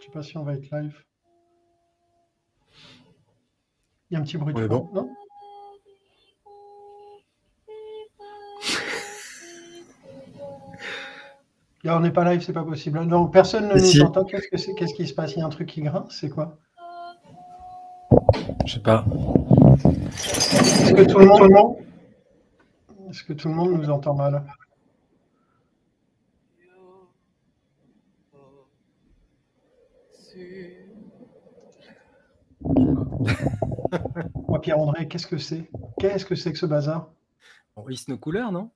sais pas si on va être live. Il y a un petit bruit de On est fond, bon. non? Là, on n'est pas live, c'est pas possible. Donc, personne ne Et nous si, entend. Qu'est-ce que c'est? Qu'est-ce qui se passe? Il y a un truc qui grince? C'est quoi? je sais pas. Est-ce que tout le monde, est-ce que tout le monde nous entend mal? Moi, Pierre-André, qu'est-ce que c'est? Qu'est-ce que c'est que ce bazar? On hisse nos couleurs, non?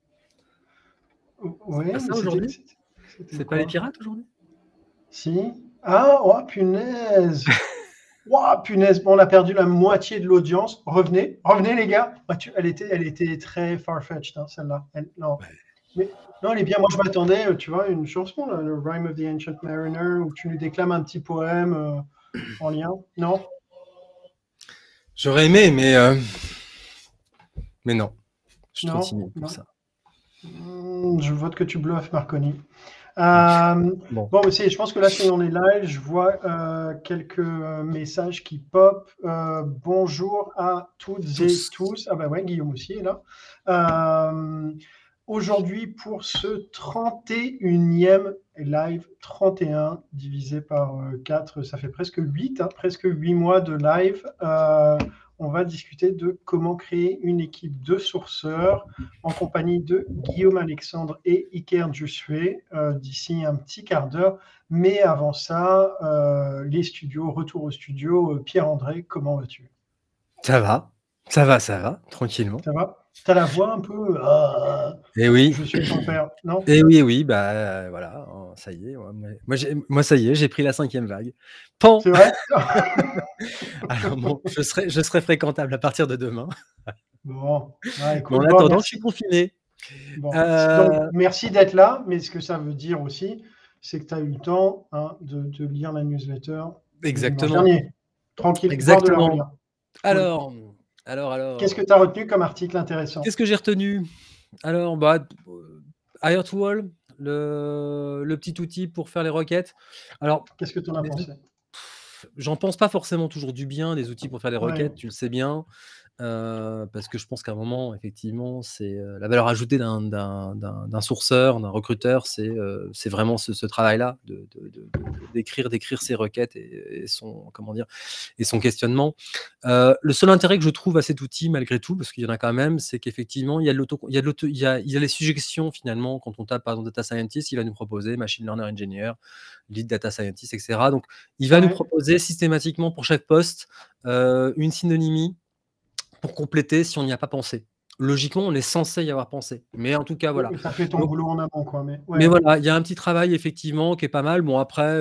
Oui, Pas mais ça aujourd'hui? c'était C'est pas les quoi? pirates aujourd'hui? Si? Ah, oh punaise! Ouah, punaise, on a perdu la moitié de l'audience. Revenez, revenez les gars. Ah, elle était très far-fetched, hein, celle-là. Non. Mais, non, elle est bien. Moi, je m'attendais, tu vois, une chanson, là, le Rime of the Ancient Mariner, où tu nous déclames un petit poème en lien. Non? J'aurais aimé, mais non. Je suis trop Non? timide pour Non. ça. Je vote que tu bluffes, Marconi. Bon. Bon, je pense que là, si on est live, je vois quelques messages qui pop. Bonjour à toutes et tous. Ah bah ouais, Guillaume aussi est là. Aujourd'hui, pour ce 31e live, 31 divisé par 4, ça fait presque 8, hein, presque 8 mois de live. On va discuter de comment créer une équipe de sourceurs en compagnie de Guillaume Alexandre et Iker Josué d'ici un petit quart d'heure. Mais avant ça, les studios, retour au studio. Pierre-André, comment vas-tu? Ça va, tranquillement. Ça va? T'as la voix un peu Et oui, je suis ton père, non? et oui, bah voilà, ça y est. Moi, ça y est, j'ai pris la 5e vague. Pan. C'est vrai? Alors bon, je serai fréquentable à partir de demain. Bon, Mais écoute, en bon, attendant, je suis merci. confiné. Bon, donc, Euh, merci d'être là, mais ce que ça veut dire aussi, c'est que tu as eu le temps de lire la newsletter de dimanche Exactement, dernier. Tranquille, voire de la exactement. relire. Cool. Alors, Qu'est-ce que alors, tu as retenu comme article intéressant? qu'est-ce que j'ai retenu? Alors, bah, Airtowall, le petit outil pour faire les requêtes. Alors, Qu'est-ce que tu en as pensé? j'en pense pas forcément toujours du bien des outils pour faire les Ouais. requêtes, tu le sais bien. Parce que je pense qu'à un moment, effectivement, c'est la valeur ajoutée d'un sourceur, d'un recruteur, c'est vraiment ce travail-là d'écrire ses requêtes et son comment dire et son questionnement. Le seul intérêt que je trouve à cet outil, malgré tout, parce qu'il y en a quand même, c'est qu'effectivement, il y a de l'auto, il y a les suggestions finalement quand on tape par exemple data scientist, il va nous proposer machine learner engineer, lead data scientist, etc. Donc, il va nous Ouais. proposer systématiquement pour chaque poste une synonymie pour compléter si on n'y a pas pensé. Logiquement, on est censé y avoir pensé. Mais en tout cas, voilà. Oui, ça fait ton Donc, boulot en amont, quoi. Mais mais ouais. voilà, il y a un petit travail effectivement qui est pas mal. Bon, après,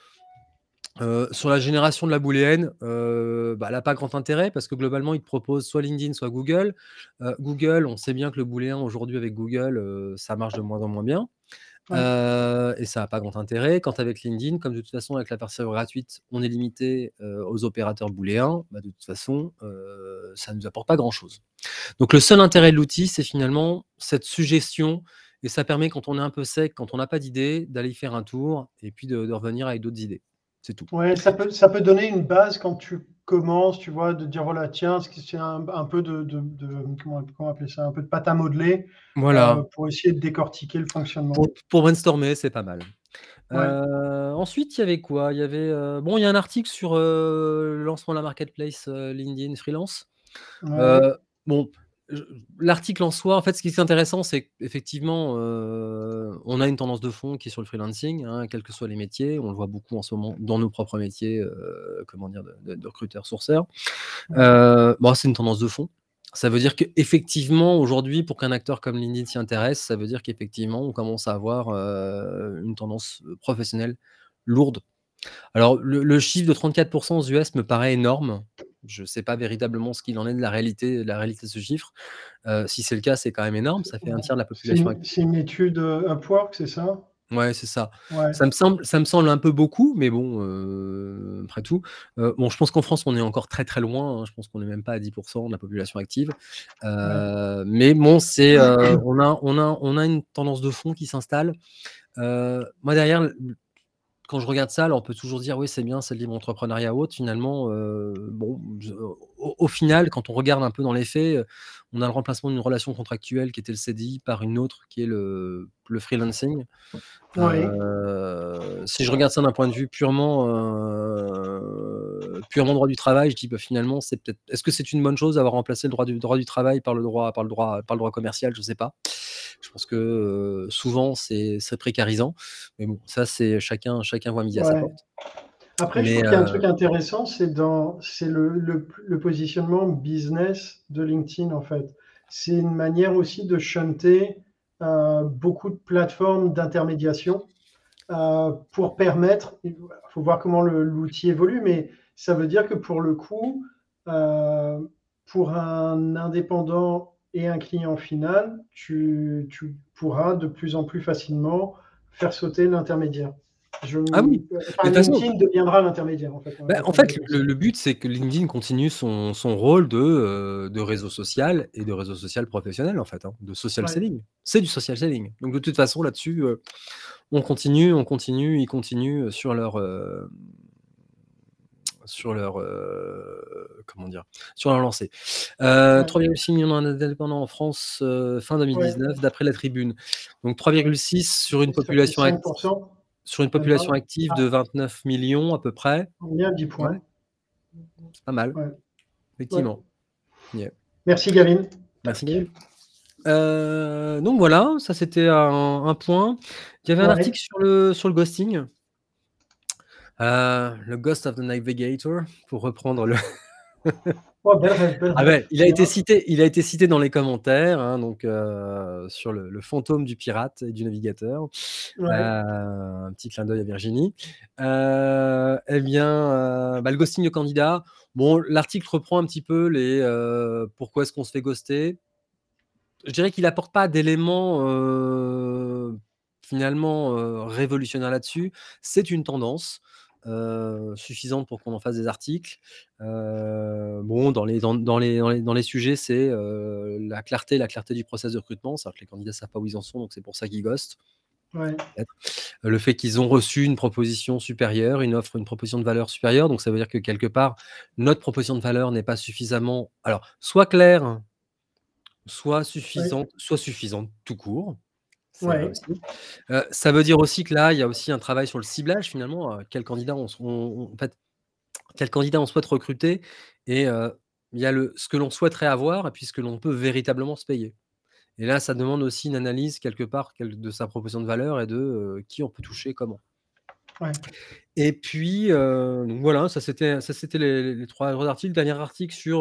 sur la génération de la booléenne, elle n'a pas grand intérêt parce que globalement, ils te proposent soit LinkedIn, soit Google. Google, on sait bien que le booléen aujourd'hui avec Google, ça marche de moins en moins bien. Ouais. Et ça n'a pas grand intérêt. Quand avec LinkedIn, comme de toute façon avec la version gratuite, on est limité aux opérateurs booléens, de toute façon, ça ne nous apporte pas grand-chose. Donc le seul intérêt de l'outil, c'est finalement cette suggestion, et ça permet quand on est un peu sec, quand on n'a pas d'idée, d'aller y faire un tour et puis de revenir avec d'autres idées. C'est tout. Ouais, ça peut donner une base quand tu commences, tu vois, de dire voilà, tiens, c'est un peu comment appeler ça, un peu de pâte à modeler Voilà. pour essayer de décortiquer le fonctionnement. Pour brainstormer, c'est pas mal. Ouais. Ensuite, il y avait quoi? Il y avait, il y a un article sur le lancement de la marketplace LinkedIn Freelance. Ouais. Heu, bon, je l'article en soi, en fait, ce qui est intéressant, c'est qu'effectivement, on a une tendance de fond qui est sur le freelancing, hein, quels que soient les métiers. On le voit beaucoup en ce moment dans nos propres métiers, comment dire? De recruteurs sourceurs. Ouais. C'est une tendance de fond. Ça veut dire qu'effectivement, aujourd'hui, pour qu'un acteur comme LinkedIn s'y intéresse, ça veut dire qu'effectivement, on commence à avoir, une tendance, professionnelle lourde. Alors le chiffre de 34 aux US me paraît énorme. Je ne sais pas véritablement ce qu'il en est de la réalité de ce chiffre. Si c'est le cas, c'est quand même énorme, ça fait un tiers de la C'est population une, active. c'est une étude Upwork, c'est ça? Ouais, c'est ça. Ouais. Ça me semble un peu beaucoup, mais bon, après tout, je pense qu'en France, on est encore très, très loin, hein. Je pense qu'on est même pas à 10 de la population active. Ouais. Mais bon, c'est, on a une tendance de fond qui s'installe. Moi derrière quand je regarde ça, alors on peut toujours dire oui, c'est bien, c'est le libre entrepreneuriat ou autre. Finalement, bon, au final, quand on regarde un peu dans les faits, on a le remplacement d'une relation contractuelle qui était le CDI par une autre qui est le freelancing. Oui, Si je regarde ça d'un point de vue purement droit du travail, je dis bah, finalement, c'est peut-être. Est-ce que c'est une bonne chose d'avoir remplacé le droit du travail par le droit commercial? Je sais pas. Je pense que souvent c'est précarisant, mais bon, ça c'est chacun voit midi à sa ouais. porte. Après, je Mais trouve qu'il y a un truc intéressant, c'est le positionnement business de LinkedIn, en fait. C'est une manière aussi de shunter beaucoup de plateformes d'intermédiation pour permettre, il faut voir comment l'outil évolue, mais ça veut dire que pour le coup, euh, pour un indépendant et un client final, tu pourras de plus en plus facilement faire sauter l'intermédiaire. ah oui, Enfin, mais de toute façon. LinkedIn deviendra l'intermédiaire, en fait. On Bah, va en pas dire fait, comme ça. le but, c'est que LinkedIn continue son rôle de réseau social et de réseau social professionnel, en fait, hein, de social Ouais, selling. C'est du social selling. Donc de toute façon, là-dessus, ils continuent comment dire? Sur leur lancée. ouais, 3,6 millions d'indépendants en France, fin ouais. 2019 d'après la Tribune. Donc Ouais. 3,6 Ça fait 5%, sur une même population pas. active de Ah, 29 millions à peu près. combien? 10 Ouais, points. c'est pas mal, Ouais, ouais. effectivement. Yeah. Merci, Gavin. Merci Tac. Gaël. Donc voilà, ça c'était un point. Il y avait un Ouais. article sur le ghosting, le Ghost of the Navigator, pour reprendre le. Oh, belle rêve, belle Ah ouais, rêve. il a été cité dans les commentaires, hein, donc sur le fantôme du pirate et du navigateur. Ouais, Un petit clin d'œil à Virginie. Eh bien, bah, le ghosting de candidat. Bon, l'article reprend un petit peu les pourquoi est-ce qu'on se fait ghoster. Je dirais qu'il apporte pas d'éléments, finalement, révolutionnaires là-dessus. C'est une tendance, suffisante pour qu'on en fasse des articles. Bon, dans les sujets, c'est, la clarté du process de recrutement. C'est-à-dire que les candidats savent pas où ils en sont, donc c'est pour ça qu'ils ghostent, ouais, peut-être. Le fait qu'ils ont reçu une proposition supérieure, une proposition de valeur supérieure, donc ça veut dire que quelque part, notre proposition de valeur n'est pas suffisamment alors, soit claire, ouais, soit suffisante tout court, c'est vrai ouais, aussi. Ça veut dire aussi que là, il y a aussi un travail sur le ciblage finalement, quel candidat en fait, quel candidat on souhaite recruter et il y a ce que l'on souhaiterait avoir et puis ce que l'on peut véritablement se payer. Et là, ça demande aussi une analyse quelque part de sa proposition de valeur et de, qui on peut toucher comment. ouais. Et puis, donc voilà, ça c'était les 3 gros articles. Dernier article sur,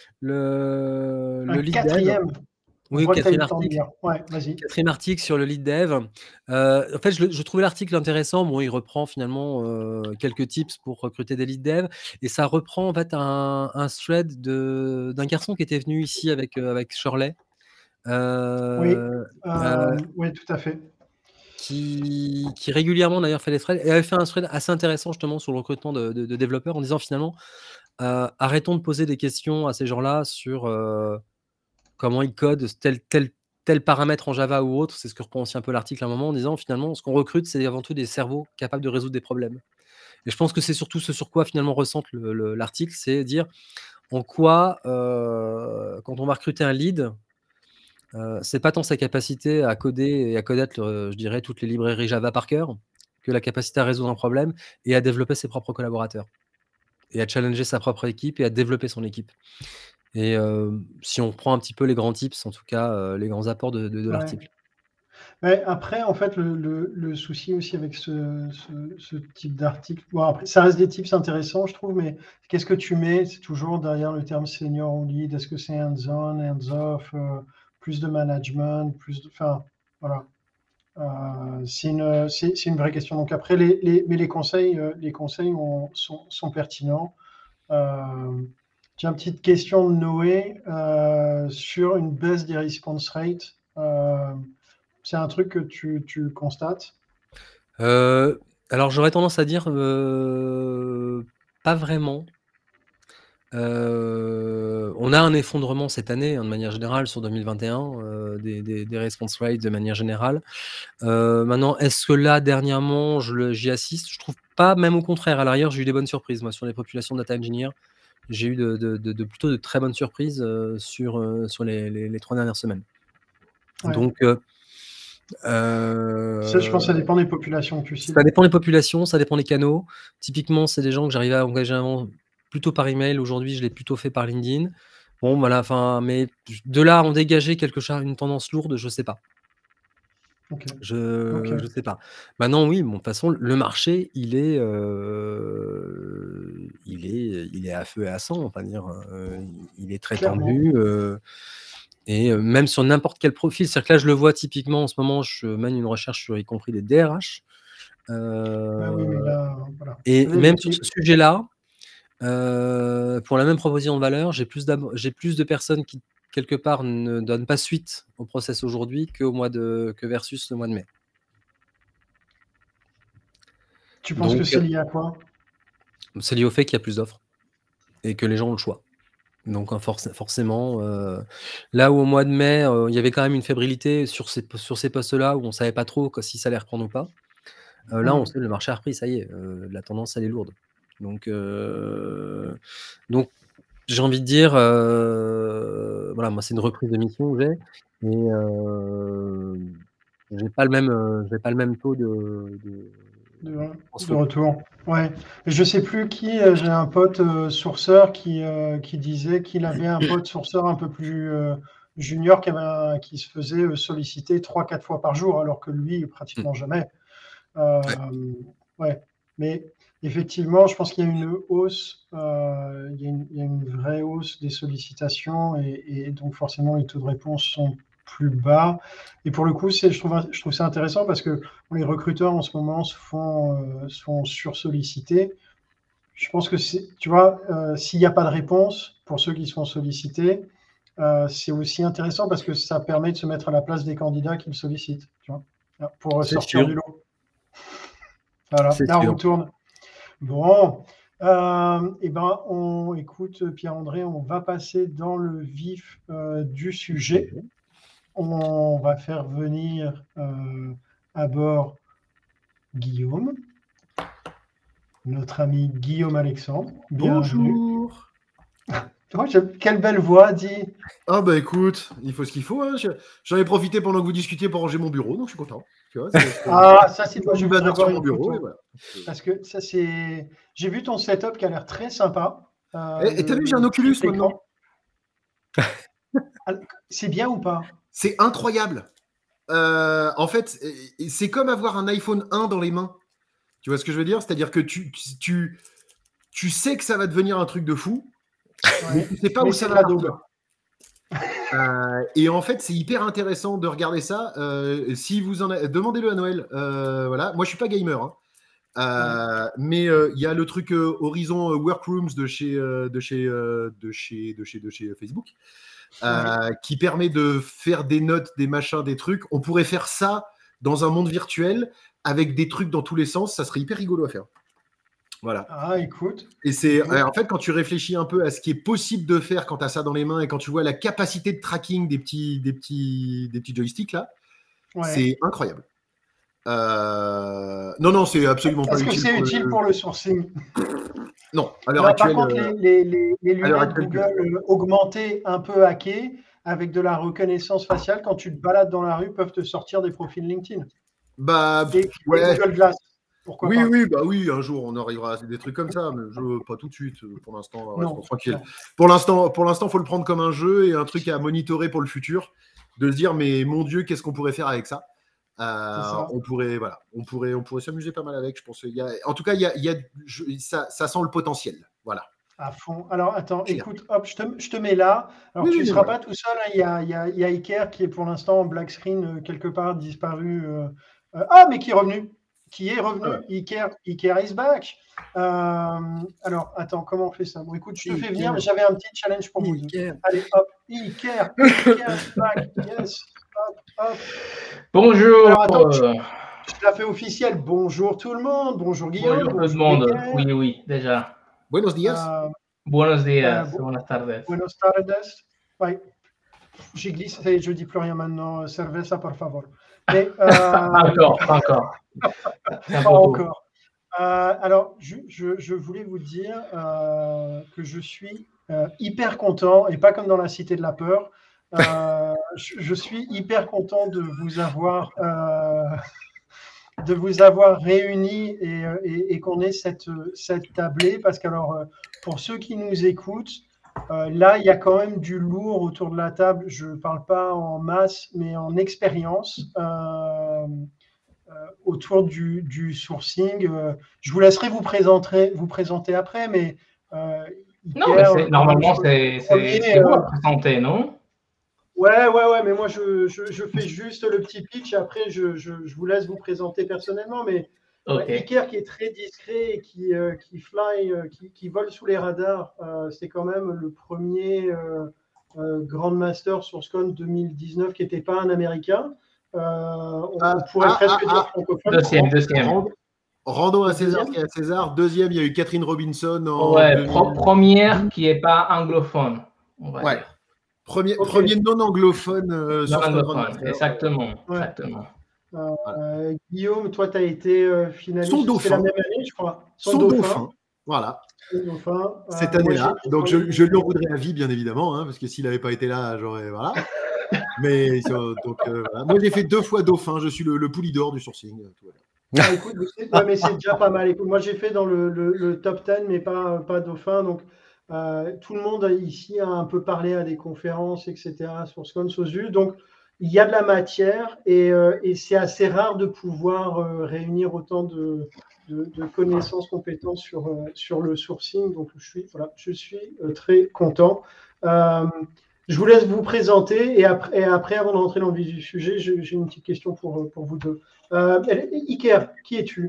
Un le lead dev. quatrième. On Oui, voit que tu as eu 4e le temps de article. lire. Ouais, vas-y. 4e article sur le lead dev. En fait, je trouvais l'article intéressant. Bon, il reprend finalement, quelques tips pour recruter des lead dev et ça reprend en fait un thread d'un garçon qui était venu ici avec Shirley, Oui, heu oui, tout à fait. qui régulièrement d'ailleurs fait des threads et avait fait un thread assez intéressant justement sur le recrutement de développeurs en disant finalement, arrêtons de poser des questions à ces gens-là sur, comment ils codent tel paramètre en Java ou autre. C'est ce que reprend aussi un peu l'article à un moment en disant finalement ce qu'on recrute, c'est avant tout des cerveaux capables de résoudre des problèmes. Et je pense que c'est surtout ce sur quoi finalement ressente l'article, c'est dire en quoi, quand on va recruter un lead, c'est pas tant sa capacité à coder et à connaître, je dirais toutes les librairies Java par cœur, que la capacité à résoudre un problème et à développer ses propres collaborateurs et à challenger sa propre équipe et à développer son équipe. Et si on prend un petit peu les grands tips, en tout cas, les grands apports de Ouais. l'article. Ouais, après, en fait, le souci aussi avec ce type d'article, bon, après, ça reste des tips intéressants, je trouve, mais qu'est-ce que tu mets? C'est toujours derrière le terme senior ou lead. Est-ce que c'est hands-on, hands-off, plus de management, enfin, voilà. C'est une vraie question. Donc après, mais les conseils sont pertinents. J'ai une petite question de Noé sur une baisse des response rates. C'est un truc que tu constates? Alors j'aurais tendance à dire, pas vraiment. On a un effondrement cette année, hein, de manière générale, sur 2021, des response rates de manière générale. Maintenant, est-ce que là, dernièrement, j'y assiste? Je trouve pas, même au contraire. À l'arrière, j'ai eu des bonnes surprises, moi, sur les populations data engineer. J'ai eu plutôt de très bonnes surprises sur les 3 dernières semaines. Ouais. Donc, Ça, je pense que ça dépend des populations que tu cites. ça dépend des populations, ça dépend des canaux. Typiquement, c'est des gens que j'arrivais à engager avant plutôt par email. Aujourd'hui, je l'ai plutôt fait par LinkedIn. Bon, voilà, enfin, mais de là à en dégager une tendance lourde, je sais pas. Ok. Je sais pas. Maintenant, oui, bon, de toute façon, le marché, il est à feu et à sang, on va dire. Il est très Clairement. tendu. Et même sur n'importe quel profil. C'est-à-dire que là, je le vois typiquement en ce moment, je mène une recherche sur y compris des DRH. Ah oui, mais là, voilà. Et Là, même sur ce sujet-là, pour la même proposition de valeur, j'ai plus de personnes qui, quelque part, ne donnent pas suite au process aujourd'hui que versus le mois de mai. Tu penses que c'est lié à quoi? C'est lié au fait qu'il y a plus d'offres et que les gens ont le choix. Donc forcément, là où au mois de mai, il y avait quand même une fébrilité sur ces postes-là où on ne savait pas trop si ça allait reprendre ou pas. Là, on sait, le marché a repris, ça y est, la tendance, elle est lourde. Donc j'ai envie de dire, voilà, moi, c'est une reprise de mission que j'ai et j'ai pas le même taux de retour. Ouais. Je sais plus qui, j'ai un pote sourceur qui disait qu'il avait un pote sourceur un peu plus junior qui se faisait solliciter 3-4 fois par jour, alors que lui, pratiquement jamais. Ouais. Mais effectivement, je pense qu'il y a une hausse, il y a une vraie hausse des sollicitations et donc forcément les taux de réponse sont plus bas. Et pour le coup, je trouve ça intéressant parce que les recruteurs en ce moment se font sursollicités. Je pense que tu vois, s'il n'y a pas de réponse pour ceux qui se font solliciter, c'est aussi intéressant parce que ça permet de se mettre à la place des candidats qui le sollicitent, tu vois, pour sortir du lot. Voilà, là on retourne. Bon, écoute, Pierre-André, on va passer dans le vif du sujet. On va faire venir à bord Guillaume, notre ami Guillaume Alexandre. Bienvenue. Bonjour. Quelle belle voix, dis. Ah bah écoute, il faut ce qu'il faut. Hein. J'en ai profité pendant que vous discutiez pour ranger mon bureau, donc je suis content. Tu vois, ça c'est moi, je vais sur mon bureau. Et voilà. Parce que ça c'est. J'ai vu ton setup qui a l'air très sympa. Et t'as vu, j'ai un Oculus maintenant. C'est bien ou pas? C'est incroyable. En fait, c'est comme avoir un iPhone 1 dans les mains. Tu vois ce que je veux dire? C'est-à-dire que tu sais que ça va devenir un truc de fou, mais tu sais pas où ça va partir. Et en fait, c'est hyper intéressant de regarder ça. Si vous en avez, demandez-le à Noël. Voilà. Moi, je suis pas gamer, hein. Mais il y a le truc Horizon Workrooms de chez Facebook, qui permet de faire des notes, des machins, des trucs. On pourrait faire ça dans un monde virtuel avec des trucs dans tous les sens. Ça serait hyper rigolo à faire. Voilà. Ah, écoute. Et c'est en fait, quand tu réfléchis un peu à ce qui est possible de faire quand tu as ça dans les mains et quand tu vois la capacité de tracking des petits joysticks là, c'est incroyable. Non, c'est absolument pas utile. Est-ce que c'est utile pour le sourcing? Non, à l'heure actuelle. Par contre, les lunettes Google augmentées, un peu hackées, avec de la reconnaissance faciale, quand tu te balades dans la rue, peuvent te sortir des profils LinkedIn. Bah, et Google Glass. Pourquoi pas. Oui, un jour on arrivera à des trucs comme ça, mais pas tout de suite. Pour l'instant, non, tranquille. Non. Pour l'instant, faut le prendre comme un jeu et un truc à monitorer pour le futur, de se dire mais mon Dieu, qu'est-ce qu'on pourrait faire avec ça? On pourrait s'amuser pas mal avec. Je pense. En tout cas, ça sent le potentiel. Voilà. À fond. Alors attends, écoute, hop, je te mets là. Alors tu ne seras pas tout seul. Il y a Iker qui est pour l'instant en black screen quelque part disparu. Mais qui est revenu. Iker is back. Alors, attends, comment on fait ça? Bon, écoute, je te fais venir, mais j'avais un petit challenge pour vous. Allez, hop, Iker is back. Yes. Hop. Bonjour. Alors, attends, je la fais officielle. Bonjour tout le monde. Bonjour Guillaume. Bonjour tout le monde. Oui, déjà. Buenos días. Buenos días, buenas tardes. Buenos tardes. Ouais. J'ai glissé, je dis plus rien maintenant. Cerveza, por favor. Mais, pas encore. Pas encore. Alors, je voulais vous dire que je suis hyper content, et pas comme dans la Cité de la Peur, je suis hyper content de vous avoir réunis et qu'on ait cette tablée, parce que pour ceux qui nous écoutent, là, il y a quand même du lourd autour de la table. Je ne parle pas en masse, mais en expérience. Autour du sourcing. Je vous laisserai vous présenter après, mais non, mais normalement, c'est vous présenter, non? Ouais, mais moi, je fais juste le petit pitch, et après, je vous laisse vous présenter personnellement, mais Iker, qui est très discret et qui vole sous les radars, c'est quand même le premier Grandmaster SourceCon 2019 qui n'était pas un Américain. On pourrait presque dire francophone. Deuxième. Rendons à César qui est à César. Deuxième, il y a eu Catherine Robinson. Première qui n'est pas anglophone. Ouais. Premier non anglophone. Exactement. Guillaume, toi, tu as été finaliste. Son dauphin. C'est la même année, je crois. Son dauphin. Voilà. Cette année-là. Donc, je lui en voudrais à vie, bien évidemment, parce que s'il n'avait pas été là, j'aurais. Voilà. Mais voilà. Moi, j'ai fait 2 fois dauphin. Je suis le poulidor du sourcing. Écoute, mais c'est déjà pas mal. Écoute, moi, j'ai fait dans le top 10, mais pas dauphin. Donc, tout le monde ici a un peu parlé à des conférences, etc., sur SourceCon, SOSU. Donc, il y a de la matière et c'est assez rare de pouvoir réunir autant de connaissances, compétences sur le sourcing. Donc, je suis très content. Je vous laisse vous présenter et après, avant de rentrer dans le vif du sujet, j'ai une petite question pour vous deux. Iker, qui es-tu?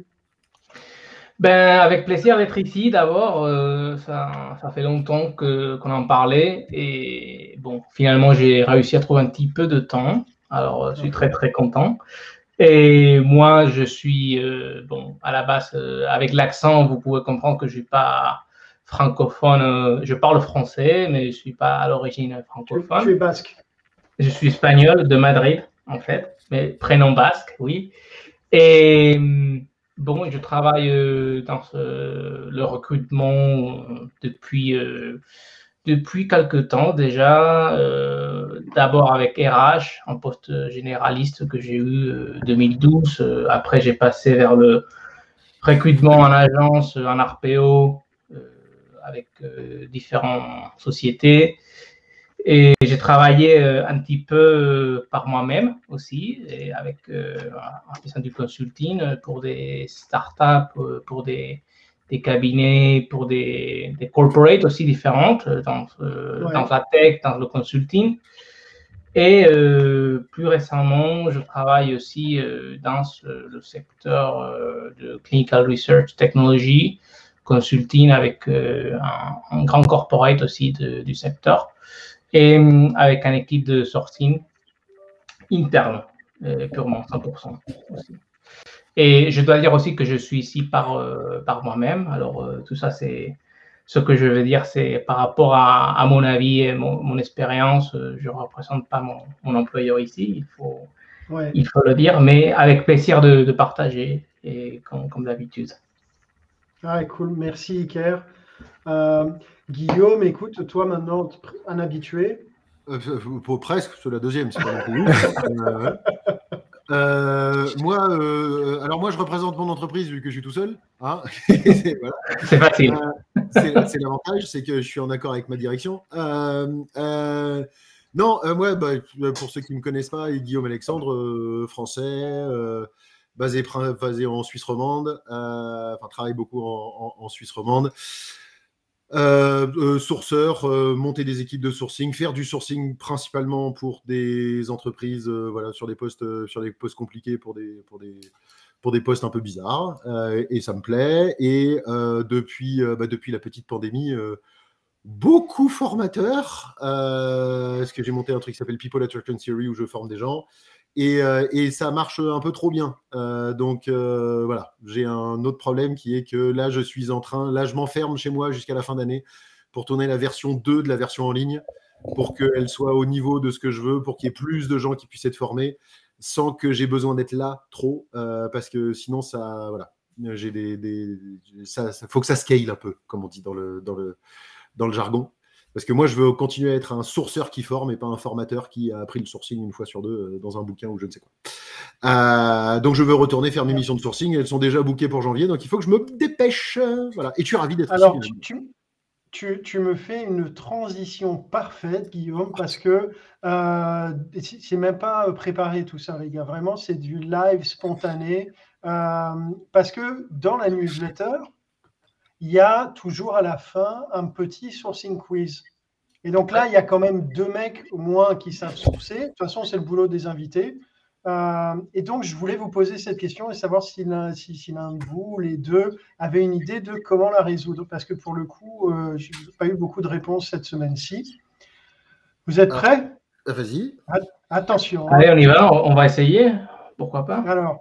Avec plaisir d'être ici. D'abord, ça fait longtemps qu'on en parlait et bon, finalement, j'ai réussi à trouver un petit peu de temps. Alors, je suis très, très content. Et moi, je suis, à la base, avec l'accent, vous pouvez comprendre que je ne suis pas francophone. Je parle français, mais je ne suis pas à l'origine francophone. Tu es basque? Je suis espagnol de Madrid, en fait, mais prénom basque, oui. Et bon, je travaille dans le recrutement depuis quelque temps déjà. D'abord avec RH, un poste généraliste que j'ai eu 2012. Après, j'ai passé vers le recrutement en agence, en RPO, avec différentes sociétés. Et j'ai travaillé un petit peu par moi-même aussi, et en faisant du consulting pour des startups, pour des cabinets, pour des corporates aussi différentes dans la tech, dans le consulting. Et plus récemment, je travaille aussi dans le secteur de clinical research technology, consulting avec un grand corporate aussi du secteur. Et avec une équipe de sourcing interne, purement 100% aussi. Et je dois dire aussi que je suis ici par moi-même. Alors, tout ça, c'est ce que je veux dire, c'est par rapport à mon avis et mon expérience. Je ne représente pas mon employeur ici, il faut le dire, mais avec plaisir de partager, et comme d'habitude. Cool, merci Iker. Guillaume, écoute, toi maintenant, un habitué. Presque, c'est la deuxième, c'est pas non plus. Moi, je représente mon entreprise vu que je suis tout seul. Voilà. C'est facile. C'est l'avantage, c'est que je suis en accord avec ma direction. Moi, pour ceux qui ne me connaissent pas, Guillaume Alexandre, français, basé en Suisse romande, travaille beaucoup en Suisse romande. Sourceur, monter des équipes de sourcing, faire du sourcing principalement pour des entreprises, sur des postes compliqués, pour des postes un peu bizarres, et ça me plaît. Et depuis la petite pandémie, beaucoup formateur, parce que j'ai monté un truc qui s'appelle People at Work Theory où je forme des gens. Et ça marche un peu trop bien. Donc, j'ai un autre problème qui est que là, je m'enferme chez moi jusqu'à la fin d'année pour tourner la version 2 de la version en ligne, pour qu'elle soit au niveau de ce que je veux, pour qu'il y ait plus de gens qui puissent être formés, sans que j'ai besoin d'être là trop, parce que sinon, ça, voilà, faut que ça scale un peu, comme on dit dans le jargon. Parce que moi, je veux continuer à être un sourceur qui forme et pas un formateur qui a appris le sourcing une fois sur deux dans un bouquin ou je ne sais quoi. Donc, je veux retourner faire mes missions de sourcing. Elles sont déjà bookées pour janvier, donc il faut que je me dépêche. Voilà. Et tu es ravi d'être ici. Alors, tu me fais une transition parfaite, Guillaume, parce que c'est même pas préparé tout ça, les gars. Vraiment, c'est du live spontané. Parce que dans la newsletter, il y a toujours à la fin un petit sourcing quiz. Et donc là, il y a quand même 2 mecs au moins qui savent sourcer. De toute façon, c'est le boulot des invités. Et donc, je voulais vous poser cette question et savoir si l'un de vous, les deux, avait une idée de comment la résoudre. Parce que pour le coup, je n'ai pas eu beaucoup de réponses cette semaine-ci. Vous êtes prêts ? Vas-y. Attention. Allez, on y va, on va essayer. Pourquoi pas ? Alors,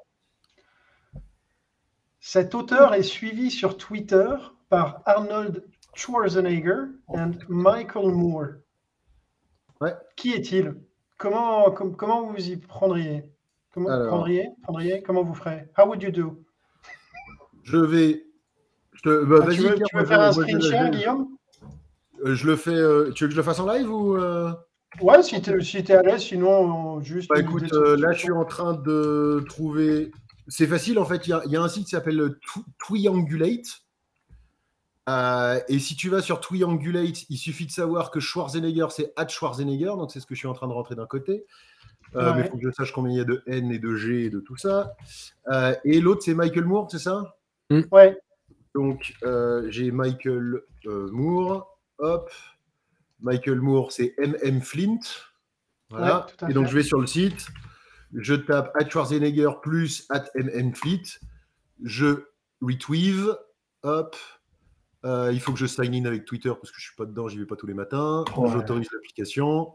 cet auteur est suivi sur Twitter par Arnold Schwarzenegger et Michael Moore. Ouais. Qui est-il ? Comment vous y prendriez ? Comment vous ferez ? How would you do ? Je vais. tu veux faire un screen share, Guillaume ? Je le fais. Tu veux que je le fasse en live ou Ouais, si tu es à l'aise, sinon juste. Bah écoute, là je suis en train de trouver. C'est facile en fait. Il y a un site qui s'appelle Tweangulate. Et si tu vas sur Tweangulate, il suffit de savoir que Schwarzenegger, c'est @Schwarzenegger, donc c'est ce que je suis en train de rentrer d'un côté. Mais il faut que je sache combien il y a de N et de G et de tout ça. Et l'autre, c'est Michael Moore, c'est ça ? Ouais. Donc, j'ai Michael Moore. Hop. Michael Moore, c'est MM Flint. Voilà. Ouais, et donc, je vais sur le site. Je tape @Schwarzenegger plus @MM Flint. Je retweave. Hop. Il faut que je sign in avec Twitter parce que je ne suis pas dedans, j'y vais pas tous les matins. Ouais. J'autorise l'application.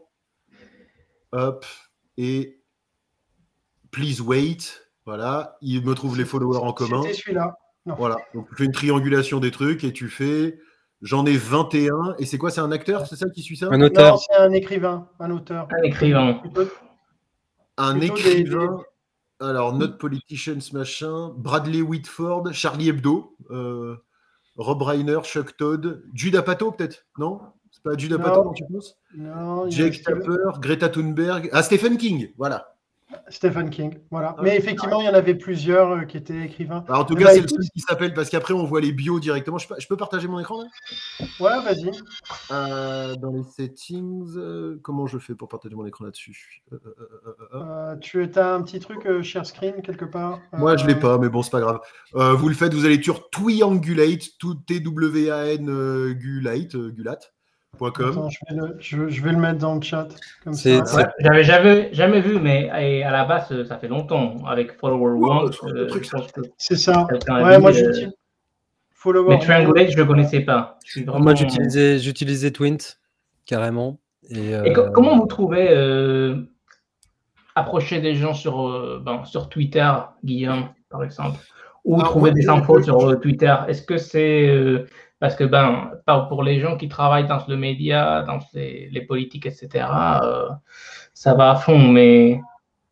Hop. Et please wait. Voilà. Il me trouve les followers en commun. C'était celui-là. Non. Voilà. Donc, tu fais une triangulation des trucs et tu fais. J'en ai 21. Et c'est quoi ? C'est un acteur ? C'est ça qui suit ça ? Un auteur. Non, c'est un écrivain. Un auteur. Un écrivain. Un écrivain. Alors, Not Politicians, machin. Bradley Whitford, Charlie Hebdo. Rob Reiner, Chuck Todd, Judd Apatow peut-être ? Non ? C'est pas Judd Apatow dont tu penses ? Non. Jake Tapper, Greta Thunberg. Ah, Stephen King, voilà. Stephen King, voilà. Mais effectivement, il y en avait plusieurs qui étaient écrivains. Alors, en tout cas, c'est le seul qui s'appelle, parce qu'après, on voit les bios directement. Je peux partager mon écran là ? Ouais, vas-y. Dans les settings, comment je fais pour partager mon écran là-dessus ? Tu as un petit truc share screen quelque part ? Moi, je ne l'ai pas, mais bon, c'est pas grave. Vous le faites, vous allez sur Tweangulate, tout T-W-A-N Gulate.com. Attends, je vais le mettre dans le chat. Comme ça. Ouais, j'avais jamais vu, mais à la base, ça fait longtemps avec Follower One. C'est ça. Ouais, moi j'utilise Follower. Mais Triangulate, je ne connaissais pas. Moi, j'utilisais Twint, carrément. Et comment vous trouvez approcher des gens sur Twitter, Guillaume, par exemple, ou trouver des infos sur Twitter ? Est-ce que c'est parce que pour les gens qui travaillent dans le média, dans les politiques, etc., ça va à fond, mais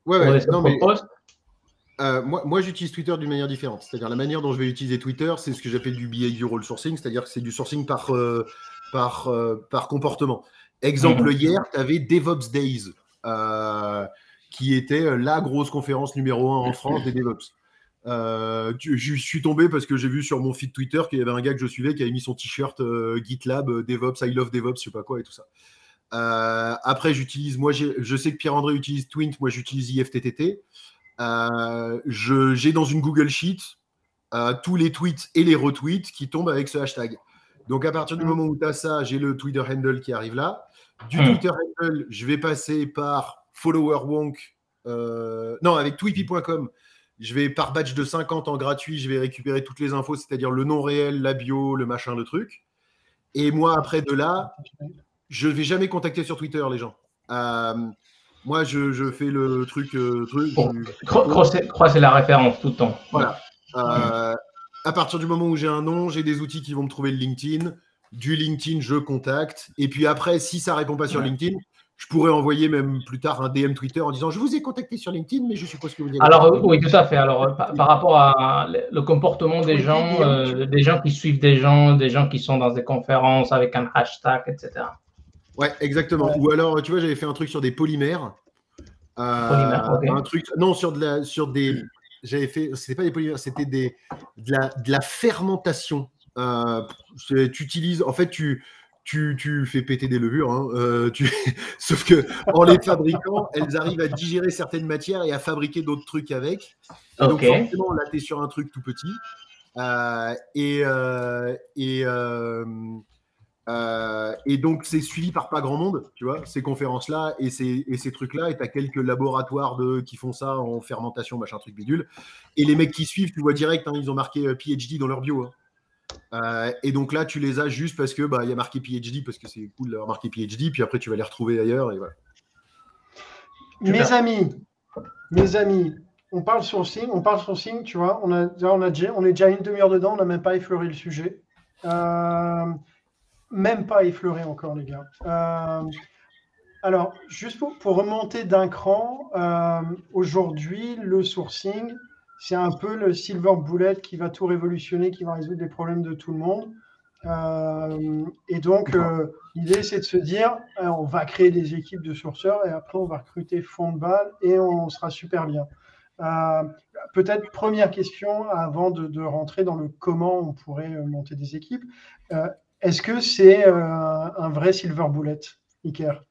moi, j'utilise Twitter d'une manière différente. C'est-à-dire la manière dont je vais utiliser Twitter, c'est ce que j'appelle du behavioral sourcing, c'est-à-dire que c'est du sourcing par comportement. Exemple, hier, tu avais DevOps Days, qui était la grosse conférence numéro 1 en France des DevOps. Je suis tombé parce que j'ai vu sur mon feed Twitter qu'il y avait un gars que je suivais qui avait mis son t-shirt GitLab, DevOps, I love DevOps, je sais pas quoi et tout ça. Après, je sais que Pierre-André utilise Twint, moi j'utilise IFTTT. J'ai dans une Google Sheet tous les tweets et les retweets qui tombent avec ce hashtag. Donc à partir du moment où tu as ça, j'ai le Twitter handle qui arrive là. Du Twitter handle, je vais passer par follower wonk. Avec tweepy.com. Je vais par badge de 50 en gratuit, je vais récupérer toutes les infos, c'est-à-dire le nom réel, la bio, le machin, le truc. Et moi, après de là, je ne vais jamais contacter sur Twitter les gens. Moi, je fais le truc. Croiser la référence tout le temps. Voilà. À partir du moment où j'ai un nom, j'ai des outils qui vont me trouver le LinkedIn. du LinkedIn, je contacte. Et puis après, si ça répond pas sur LinkedIn, je pourrais envoyer même plus tard un DM Twitter en disant « Je vous ai contacté sur LinkedIn, mais je suppose que vous avez… » Alors, oui, tout à fait. Alors, par rapport à le comportement des gens qui suivent des gens qui sont dans des conférences avec un hashtag, etc. Ouais, exactement. Ouais. Ou alors, tu vois, j'avais fait un truc sur des polymères. Okay. Un truc, non, sur des… J'avais fait… C'était pas des polymères, c'était de la fermentation. Tu utilises… En fait, tu fais péter des levures, hein, sauf que en les fabriquant, elles arrivent à digérer certaines matières et à fabriquer d'autres trucs avec. Et donc forcément, là, tu es sur un truc tout petit. Et donc, c'est suivi par pas grand monde, tu vois, ces conférences-là et ces trucs-là. Et tu as quelques laboratoires qui font ça en fermentation, machin, truc bidule. Et les mecs qui suivent, tu vois direct, hein, ils ont marqué PhD dans leur bio. Hein. Et donc là, tu les as juste parce que y a marqué PhD, parce que c'est cool d'avoir marqué PhD, puis après tu vas les retrouver ailleurs et voilà. Mes amis, on parle sourcing, tu vois, on est déjà une demi-heure dedans, on n'a même pas effleuré le sujet. Même pas effleuré encore, les gars. Alors, juste pour remonter d'un cran, aujourd'hui, le sourcing, c'est un peu le silver bullet qui va tout révolutionner, qui va résoudre les problèmes de tout le monde. Et donc, l'idée, c'est de se dire, on va créer des équipes de sourceurs et après, on va recruter fond de balle et on sera super bien. Peut-être première question avant de rentrer dans le comment on pourrait monter des équipes. Est-ce que c'est un vrai silver bullet, Iker?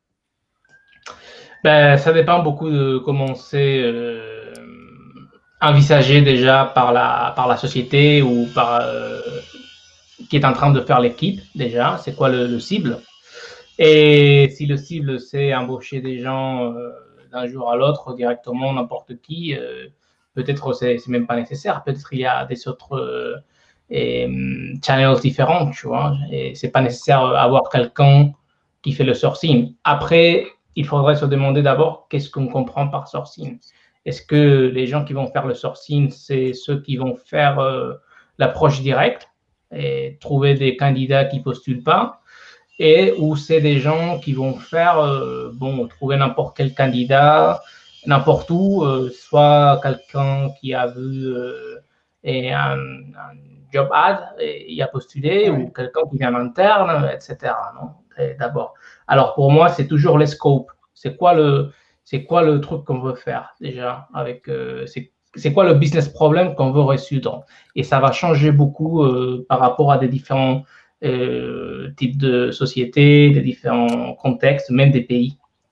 Ça dépend beaucoup de comment c'est envisagé déjà par la société ou par qui est en train de faire l'équipe déjà. C'est quoi le cible? Et si le cible, c'est embaucher des gens d'un jour à l'autre directement, n'importe qui, peut-être c'est même pas nécessaire. Peut-être il y a des autres channels différents, tu vois. Et c'est pas nécessaire d'avoir quelqu'un qui fait le sourcing. Après, il faudrait se demander d'abord qu'est-ce qu'on comprend par sourcing. Est-ce que les gens qui vont faire le sourcing, c'est ceux qui vont faire l'approche directe et trouver des candidats qui postulent pas, ou c'est des gens qui vont faire trouver n'importe quel candidat n'importe où, soit quelqu'un qui a vu un job ad et y a postulé, ou quelqu'un qui vient en interne, etc. Non? D'abord. Alors pour moi, c'est toujours les scopes. C'est quoi le truc qu'on veut faire déjà avec c'est quoi le business problem qu'on veut résoudre? Et ça va changer beaucoup par rapport à des différents types de sociétés, des différents contextes, même des pays.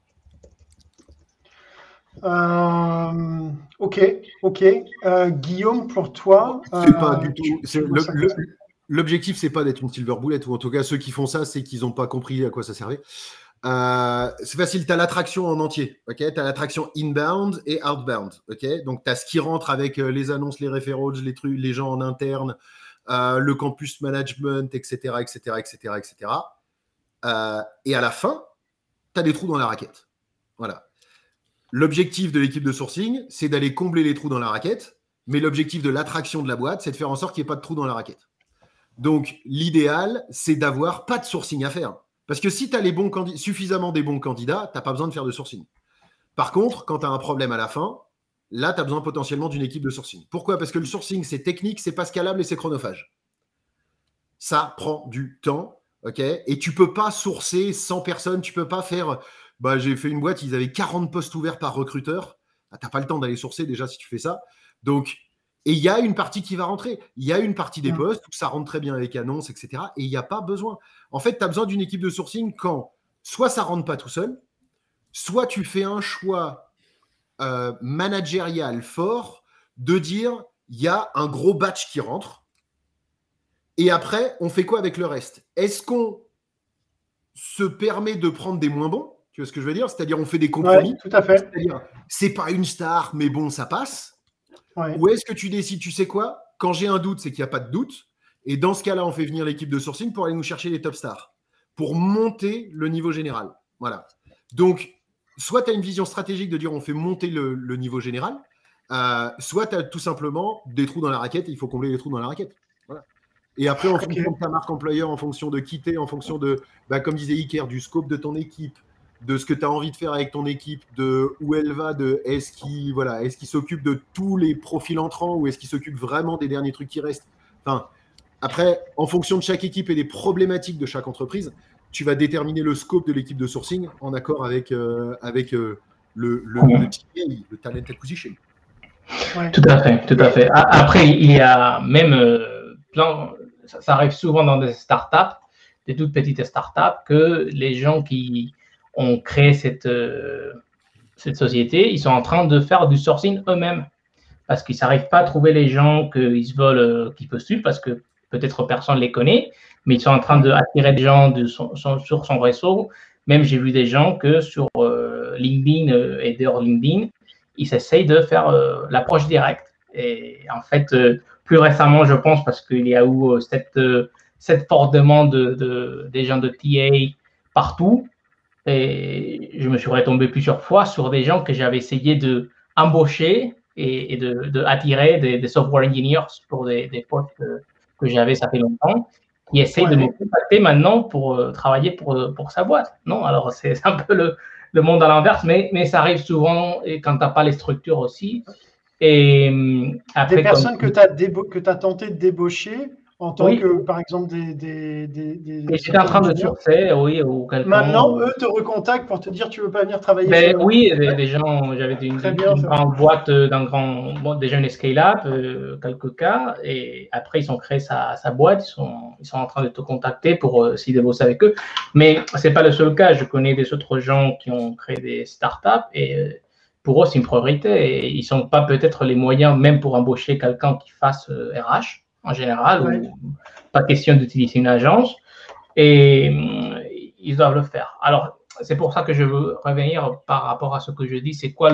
Ok. Guillaume, pour toi, c'est pas du tout. L'objectif, c'est pas d'être une silver bullet, ou en tout cas, ceux qui font ça, c'est qu'ils n'ont pas compris à quoi ça servait. C'est facile, tu as l'attraction en entier. Tu as l'attraction inbound et outbound. Donc, tu as ce qui rentre avec les annonces, les referrals, les trucs, les gens en interne, le campus management, etc. Et à la fin, tu as des trous dans la raquette. Voilà. L'objectif de l'équipe de sourcing, c'est d'aller combler les trous dans la raquette, mais l'objectif de l'attraction de la boîte, c'est de faire en sorte qu'il n'y ait pas de trous dans la raquette. Donc, l'idéal, c'est d'avoir pas de sourcing à faire. Parce que si tu as suffisamment des bons candidats, tu n'as pas besoin de faire de sourcing. Par contre, quand tu as un problème à la fin, là, tu as besoin potentiellement d'une équipe de sourcing. Pourquoi? Parce que le sourcing, c'est technique, c'est pas scalable et c'est chronophage. Ça prend du temps, et tu peux pas sourcer 100 personnes, tu peux pas faire… j'ai fait une boîte, ils avaient 40 postes ouverts par recruteur. Tu n'as pas le temps d'aller sourcer déjà si tu fais ça. Donc, et il y a une partie qui va rentrer. Il y a une partie des postes où ça rentre très bien avec annonces, etc. Et il n'y a pas besoin. En fait, tu as besoin d'une équipe de sourcing quand soit ça ne rentre pas tout seul, soit tu fais un choix managérial fort de dire il y a un gros batch qui rentre et après, on fait quoi avec le reste? Est-ce qu'on se permet de prendre des moins bons? Tu vois ce que je veux dire? C'est-à-dire, on fait des compromis. Ouais, tout à fait. C'est-à-dire, c'est pas une star, mais bon, ça passe. Ouais. Ou est-ce que tu décides, tu sais quoi? Quand j'ai un doute, c'est qu'il n'y a pas de doute. Et dans ce cas-là, on fait venir l'équipe de sourcing pour aller nous chercher les top stars, pour monter le niveau général. Voilà. Donc, soit tu as une vision stratégique de dire on fait monter le niveau général, soit tu as tout simplement des trous dans la raquette et il faut combler les trous dans la raquette. Voilà. Et après, en fonction de ta marque employeur, en fonction de qui t'es, en fonction de, comme disait Iker, du scope de ton équipe, de ce que tu as envie de faire avec ton équipe, de où elle va, de est-ce qu'il s'occupe de tous les profils entrants ou est-ce qu'il s'occupe vraiment des derniers trucs qui restent. Enfin, après, en fonction de chaque équipe et des problématiques de chaque entreprise, tu vas déterminer le scope de l'équipe de sourcing en accord avec le TA, le Talent Acquisition. Ouais. Tout à fait. Après, il y a même plein, ça arrive souvent dans des startups, des toutes petites startups, que les gens qui ont créé cette société, ils sont en train de faire du sourcing eux-mêmes parce qu'ils n'arrivent pas à trouver les gens qu'ils veulent, qui postulent parce que peut-être personne ne les connaît, mais ils sont en train d'attirer des gens sur son réseau. Même j'ai vu des gens que sur LinkedIn et dehors LinkedIn, ils essayent de faire l'approche directe. Et en fait, plus récemment, je pense, parce qu'il y a eu cette forte demande des gens de TA partout, et je me suis retombé plusieurs fois sur des gens que j'avais essayé d'embaucher et d'attirer des software engineers pour des postes que j'avais, ça fait longtemps, qui essayent de me contacter maintenant pour travailler pour sa boîte. Non, alors c'est un peu le monde à l'inverse, mais ça arrive souvent et quand tu n'as pas les structures aussi. Et après, des personnes que tu as tenté de débaucher en tant que, par exemple, des j'étais en train de sourcer, oui, ou quelqu'un. Maintenant, eux te recontactent pour te dire tu veux pas venir travailler chez nous. Oui, des gens, j'avais une grande boîte déjà une scale-up, quelques cas, et après ils ont créé sa boîte, ils sont en train de te contacter pour essayer de bosser avec eux. Mais c'est pas le seul cas, je connais des autres gens qui ont créé des startups et pour eux c'est une priorité et ils n'ont pas peut-être les moyens même pour embaucher quelqu'un qui fasse RH en général, ou pas question d'utiliser une agence, et ils doivent le faire. Alors, c'est pour ça que je veux revenir par rapport à ce que je dis, c'est quoi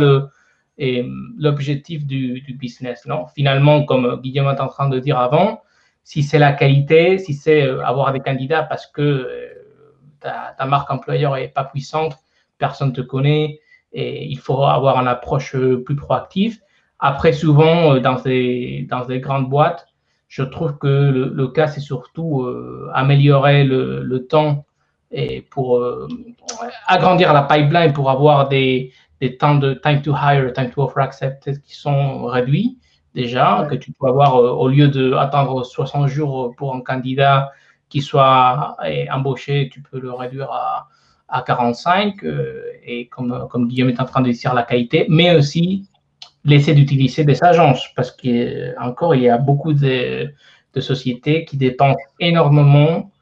l'objectif du business, non? Finalement, comme Guillaume était en train de dire avant, si c'est la qualité, si c'est avoir des candidats parce que ta marque employeur n'est pas puissante, personne ne te connaît, et il faut avoir une approche plus proactive. Après, souvent, dans des grandes boîtes, je trouve que le cas, c'est surtout améliorer le temps et pour agrandir la pipeline, pour avoir des temps de time to hire, time to offer accepted qui sont réduits déjà, que tu peux avoir au lieu d'attendre 60 jours pour un candidat qui soit embauché, tu peux le réduire à 45 et comme Guillaume est en train de dire, la qualité, mais aussi laisser d'utiliser des agences parce qu'encore, il y a beaucoup de sociétés qui dépensent énormément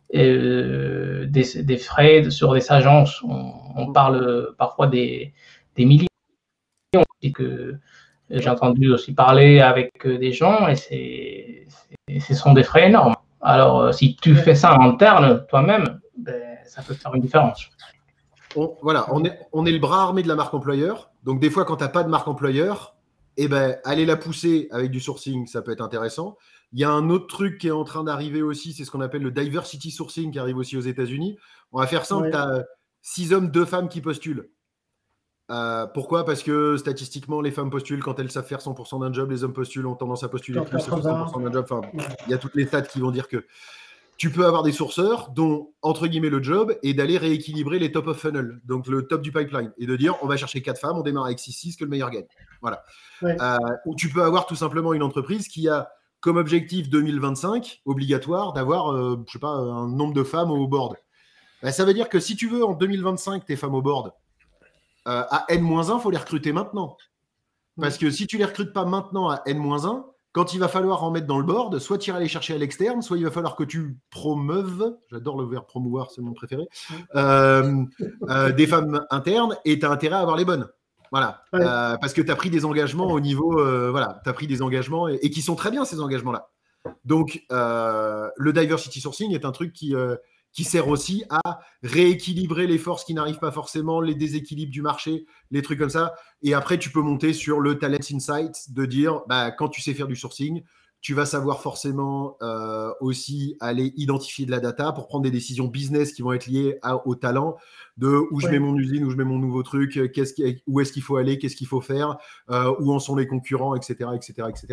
des frais sur des agences. On parle parfois des millions. Que j'ai entendu aussi parler avec des gens et ce sont des frais énormes. Alors, si tu fais ça en interne toi-même, ça peut faire une différence. On est le bras armé de la marque employeur. Donc, des fois, quand tu n'as pas de marque employeur, aller la pousser avec du sourcing, ça peut être intéressant. Il y a un autre truc qui est en train d'arriver aussi, c'est ce qu'on appelle le diversity sourcing qui arrive aussi aux États-Unis. On va faire simple, tu as 6 hommes, 2 femmes qui postulent. Pourquoi? Parce que statistiquement, les femmes postulent quand elles savent faire 100% d'un job, les hommes postulent, ont tendance à postuler plus à 100% d'un job. Enfin, il y a toutes les stats qui vont dire que tu peux avoir des sourceurs dont, entre guillemets, le job est d'aller rééquilibrer les top of funnel, donc le top du pipeline, et de dire on va chercher 4 femmes, on démarre avec 6-6, que le meilleur gagne. Voilà. Ou tu peux avoir tout simplement une entreprise qui a comme objectif 2025 obligatoire d'avoir, je sais pas, un nombre de femmes au board. Ça veut dire que si tu veux en 2025 tes femmes au board, à N-1, il faut les recruter maintenant. Parce que si tu les recrutes pas maintenant à N-1, quand il va falloir en mettre dans le board, soit tu iras les chercher à l'externe, soit il va falloir que tu promeuves, j'adore le verbe promouvoir, c'est mon préféré, des femmes internes, et tu as intérêt à avoir les bonnes. Voilà. Parce que tu as pris des engagements au niveau, tu as pris des engagements et qui sont très bien ces engagements-là. Donc, le diversity sourcing est un truc qui sert aussi à rééquilibrer les forces qui n'arrivent pas forcément, les déséquilibres du marché, les trucs comme ça. Et après, tu peux monter sur le talent insight, de dire, quand tu sais faire du sourcing, tu vas savoir forcément aussi aller identifier de la data pour prendre des décisions business qui vont être liées au talent, de où je mets mon usine, où je mets mon nouveau truc, où est-ce qu'il faut aller, qu'est-ce qu'il faut faire, où en sont les concurrents, etc., etc., etc.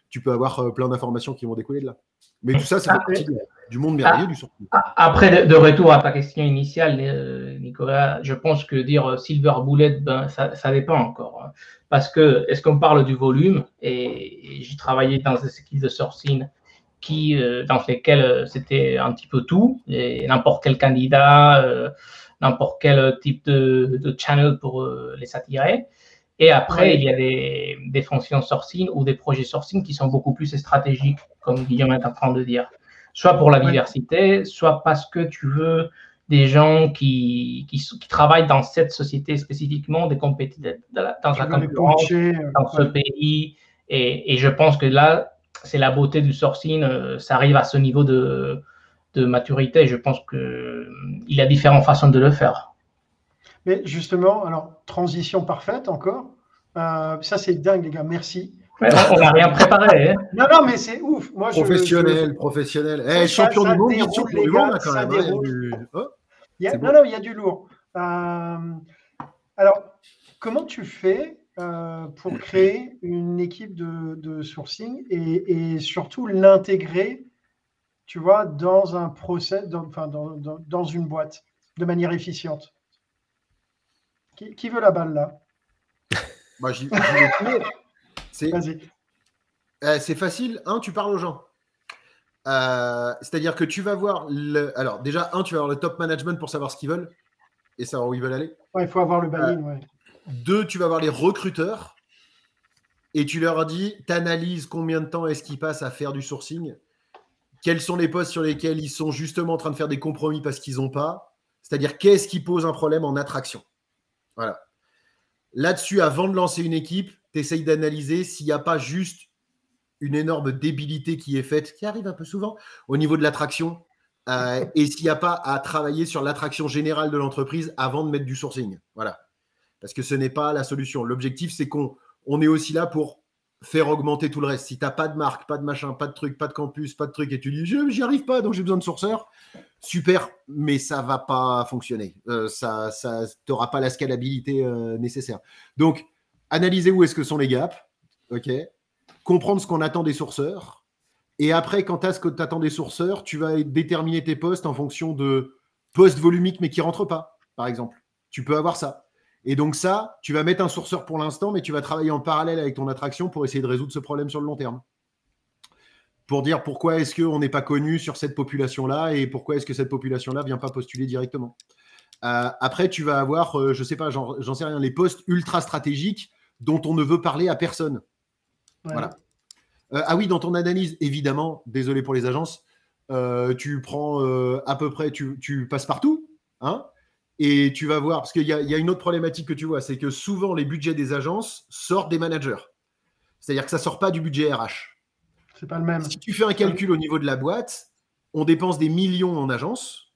tu peux avoir plein d'informations qui vont découler de là. Mais tout ça, ça fait partie du monde merveilleux du sourcing. Après, de retour à ta question initiale, Nicolas, je pense que dire Silver Bullet, ça dépend encore. Hein. Parce que, est-ce qu'on parle du volume? Et j'ai travaillé dans des équipes de sourcing dans lesquelles c'était un petit peu tout, et n'importe quel candidat, n'importe quel type de channel pour les attirer. Et après, il y a des fonctions sourcing ou des projets sourcing qui sont beaucoup plus stratégiques, comme Guillaume est en train de dire. Soit pour la diversité, soit parce que tu veux des gens qui travaillent dans cette société spécifiquement, des compétiteurs dans la concurrence, dans ce pays. Et je pense que là, c'est la beauté du sourcing. Ça arrive à ce niveau de maturité. Je pense qu'il y a différentes façons de le faire. Mais justement, alors, transition parfaite encore. Ça, c'est dingue, les gars. Merci. Ouais, on n'a rien préparé. Hein. Non, mais c'est ouf. Moi, professionnel. Champion du monde, champion du monde, quand même. Il y a du lourd. Alors, comment tu fais pour créer une équipe de sourcing et surtout l'intégrer, tu vois, dans un process, dans une boîte, de manière efficiente? Qui veut la balle, là? J'y vais. Vas-y. C'est facile. Tu parles aux gens. C'est-à-dire que tu vas voir alors déjà, tu vas avoir le top management pour savoir ce qu'ils veulent et savoir où ils veulent aller. Il faut avoir le buy-in. 2, tu vas voir les recruteurs et tu leur dis, tu analyses combien de temps est-ce qu'ils passent à faire du sourcing, quels sont les postes sur lesquels ils sont justement en train de faire des compromis parce qu'ils n'ont pas, c'est-à-dire qu'est-ce qui pose un problème en attraction. Voilà. Là-dessus, avant de lancer une équipe, tu essayes d'analyser s'il n'y a pas juste une énorme débilité qui est faite, qui arrive un peu souvent, au niveau de l'attraction, et s'il n'y a pas à travailler sur l'attraction générale de l'entreprise avant de mettre du sourcing. Voilà. Parce que ce n'est pas la solution. L'objectif, c'est qu'on est aussi là pour faire augmenter tout le reste. Si tu n'as pas de marque, pas de machin, pas de truc, pas de campus, pas de truc, et tu dis « j'y arrive pas, donc j'ai besoin de sourceurs », super, mais ça ne va pas fonctionner. Tu n'auras pas la scalabilité nécessaire. Donc, analyser où est-ce que sont les gaps, comprendre ce qu'on attend des sourceurs, et après, quand tu as ce que tu attends des sourceurs, tu vas déterminer tes postes en fonction de postes volumiques mais qui ne rentrent pas, par exemple. Tu peux avoir ça. Et donc ça, tu vas mettre un sourceur pour l'instant, mais tu vas travailler en parallèle avec ton attraction pour essayer de résoudre ce problème sur le long terme. Pour dire pourquoi est-ce qu'on n'est pas connu sur cette population-là et pourquoi est-ce que cette population-là ne vient pas postuler directement. Après, tu vas avoir, je ne sais pas, j'en sais rien, les postes ultra stratégiques dont on ne veut parler à personne. Ouais. Voilà. Oui, dans ton analyse, évidemment, désolé pour les agences, tu prends à peu près, tu passes partout, hein, et tu vas voir, parce qu'il y a une autre problématique que tu vois, c'est que souvent les budgets des agences sortent des managers. C'est-à-dire que ça ne sort pas du budget RH. C'est pas le même. Si tu fais un calcul au niveau de la boîte, on dépense des millions en agence,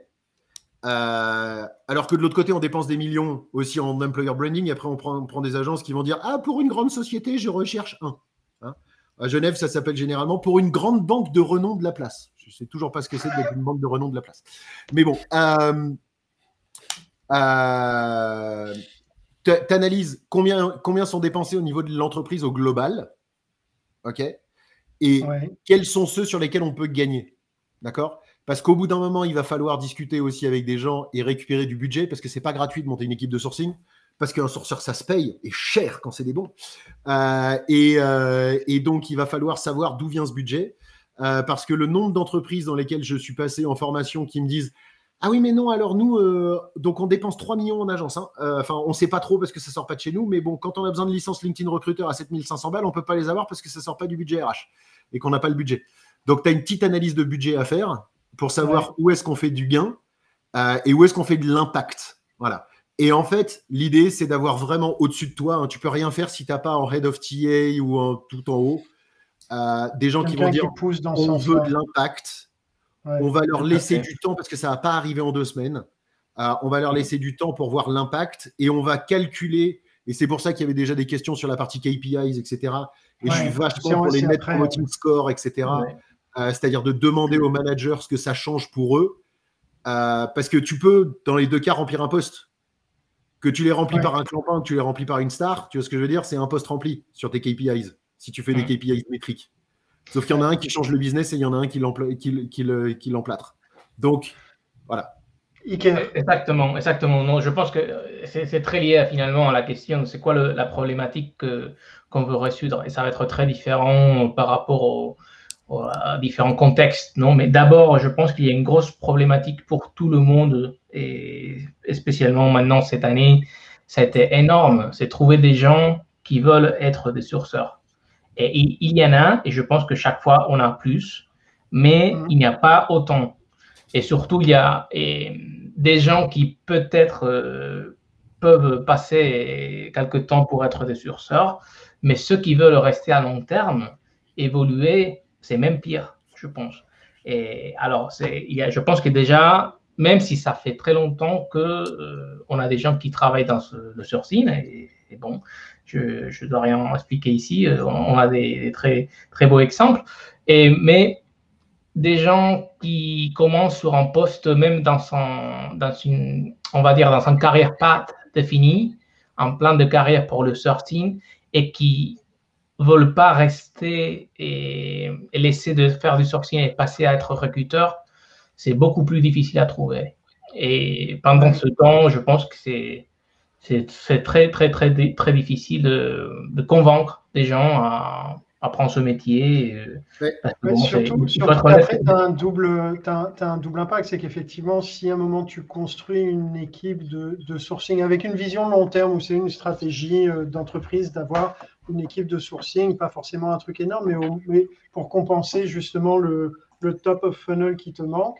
alors que de l'autre côté, on dépense des millions aussi en employer branding. Et après, on prend des agences qui vont dire « Ah, pour une grande société, je recherche un. » À Genève, ça s'appelle généralement pour une grande banque de renom de la place. Je ne sais toujours pas ce que c'est d'être une banque de renom de la place. Mais bon, tu analyses combien sont dépensés au niveau de l'entreprise au global, et quels sont ceux sur lesquels on peut gagner, d'accord ? Parce qu'au bout d'un moment, il va falloir discuter aussi avec des gens et récupérer du budget, parce que ce n'est pas gratuit de monter une équipe de sourcing, parce qu'un sourceur, ça se paye, et cher quand c'est des bons. Et donc, il va falloir savoir d'où vient ce budget, parce que le nombre d'entreprises dans lesquelles je suis passé en formation qui me disent « Ah oui, mais non, alors nous, donc on dépense 3 millions en agence. Hein. On ne sait pas trop parce que ça ne sort pas de chez nous, mais bon, quand on a besoin de licences LinkedIn recruteur à 7500 balles, on ne peut pas les avoir parce que ça ne sort pas du budget RH et qu'on n'a pas le budget. Donc, tu as une petite analyse de budget à faire pour savoir où est-ce qu'on fait du gain et où est-ce qu'on fait de l'impact. Voilà. Et en fait, l'idée, c'est d'avoir vraiment au-dessus de toi, tu ne peux rien faire si tu n'as pas en head of TA ou tout en haut, des gens qui vont dire on veut de l'impact. On va leur laisser du temps parce que ça ne va pas arriver en 2 semaines. On va leur laisser du temps pour voir l'impact et on va calculer. Et c'est pour ça qu'il y avait déjà des questions sur la partie KPIs, etc. Et je suis vachement pour les net promoting score, etc. C'est-à-dire de demander aux managers ce que ça change pour eux. Parce que tu peux, dans les 2 cas, remplir un poste. Que tu les remplis par un clampin, que tu les remplis par une star, tu vois ce que je veux dire ? C'est un poste rempli sur tes KPIs. si tu fais des KPIs métriques. Sauf qu'il y en a un qui change le business et il y en a un qui l'emplâtre. Donc, voilà. Exactement. Non, je pense que c'est très lié finalement à la question, c'est quoi la problématique qu'on veut résoudre. Et ça va être très différent par rapport à différents contextes. Non, mais d'abord, je pense qu'il y a une grosse problématique pour tout le monde, et spécialement maintenant cette année, ça a été énorme. C'est trouver des gens qui veulent être des sourceurs. Et il y en a, et je pense que chaque fois, on a plus, mais il n'y a pas autant. Et surtout, il y a des gens qui peut-être peuvent passer quelque temps pour être des sourceurs, mais ceux qui veulent rester à long terme, évoluer, c'est même pire, je pense. Et alors, je pense que déjà, même si ça fait très longtemps qu'on a des gens qui travaillent dans le sourcing, et bon, je ne dois rien expliquer ici, on a des très, très beaux exemples, mais des gens qui commencent sur un poste, même dans une carrière pas définie, un plan de carrière pour le sourcing, et qui ne veulent pas rester et laisser de faire du sourcing et passer à être recruteur, c'est beaucoup plus difficile à trouver. Et pendant ce temps, je pense que c'est très, très, très, très difficile de convaincre des gens à prendre ce métier. Surtout qu'après, tu as un double impact. C'est qu'effectivement, si à un moment tu construis une équipe de sourcing avec une vision long terme, où c'est une stratégie d'entreprise d'avoir une équipe de sourcing, pas forcément un truc énorme, mais pour compenser justement le top of funnel qui te manque,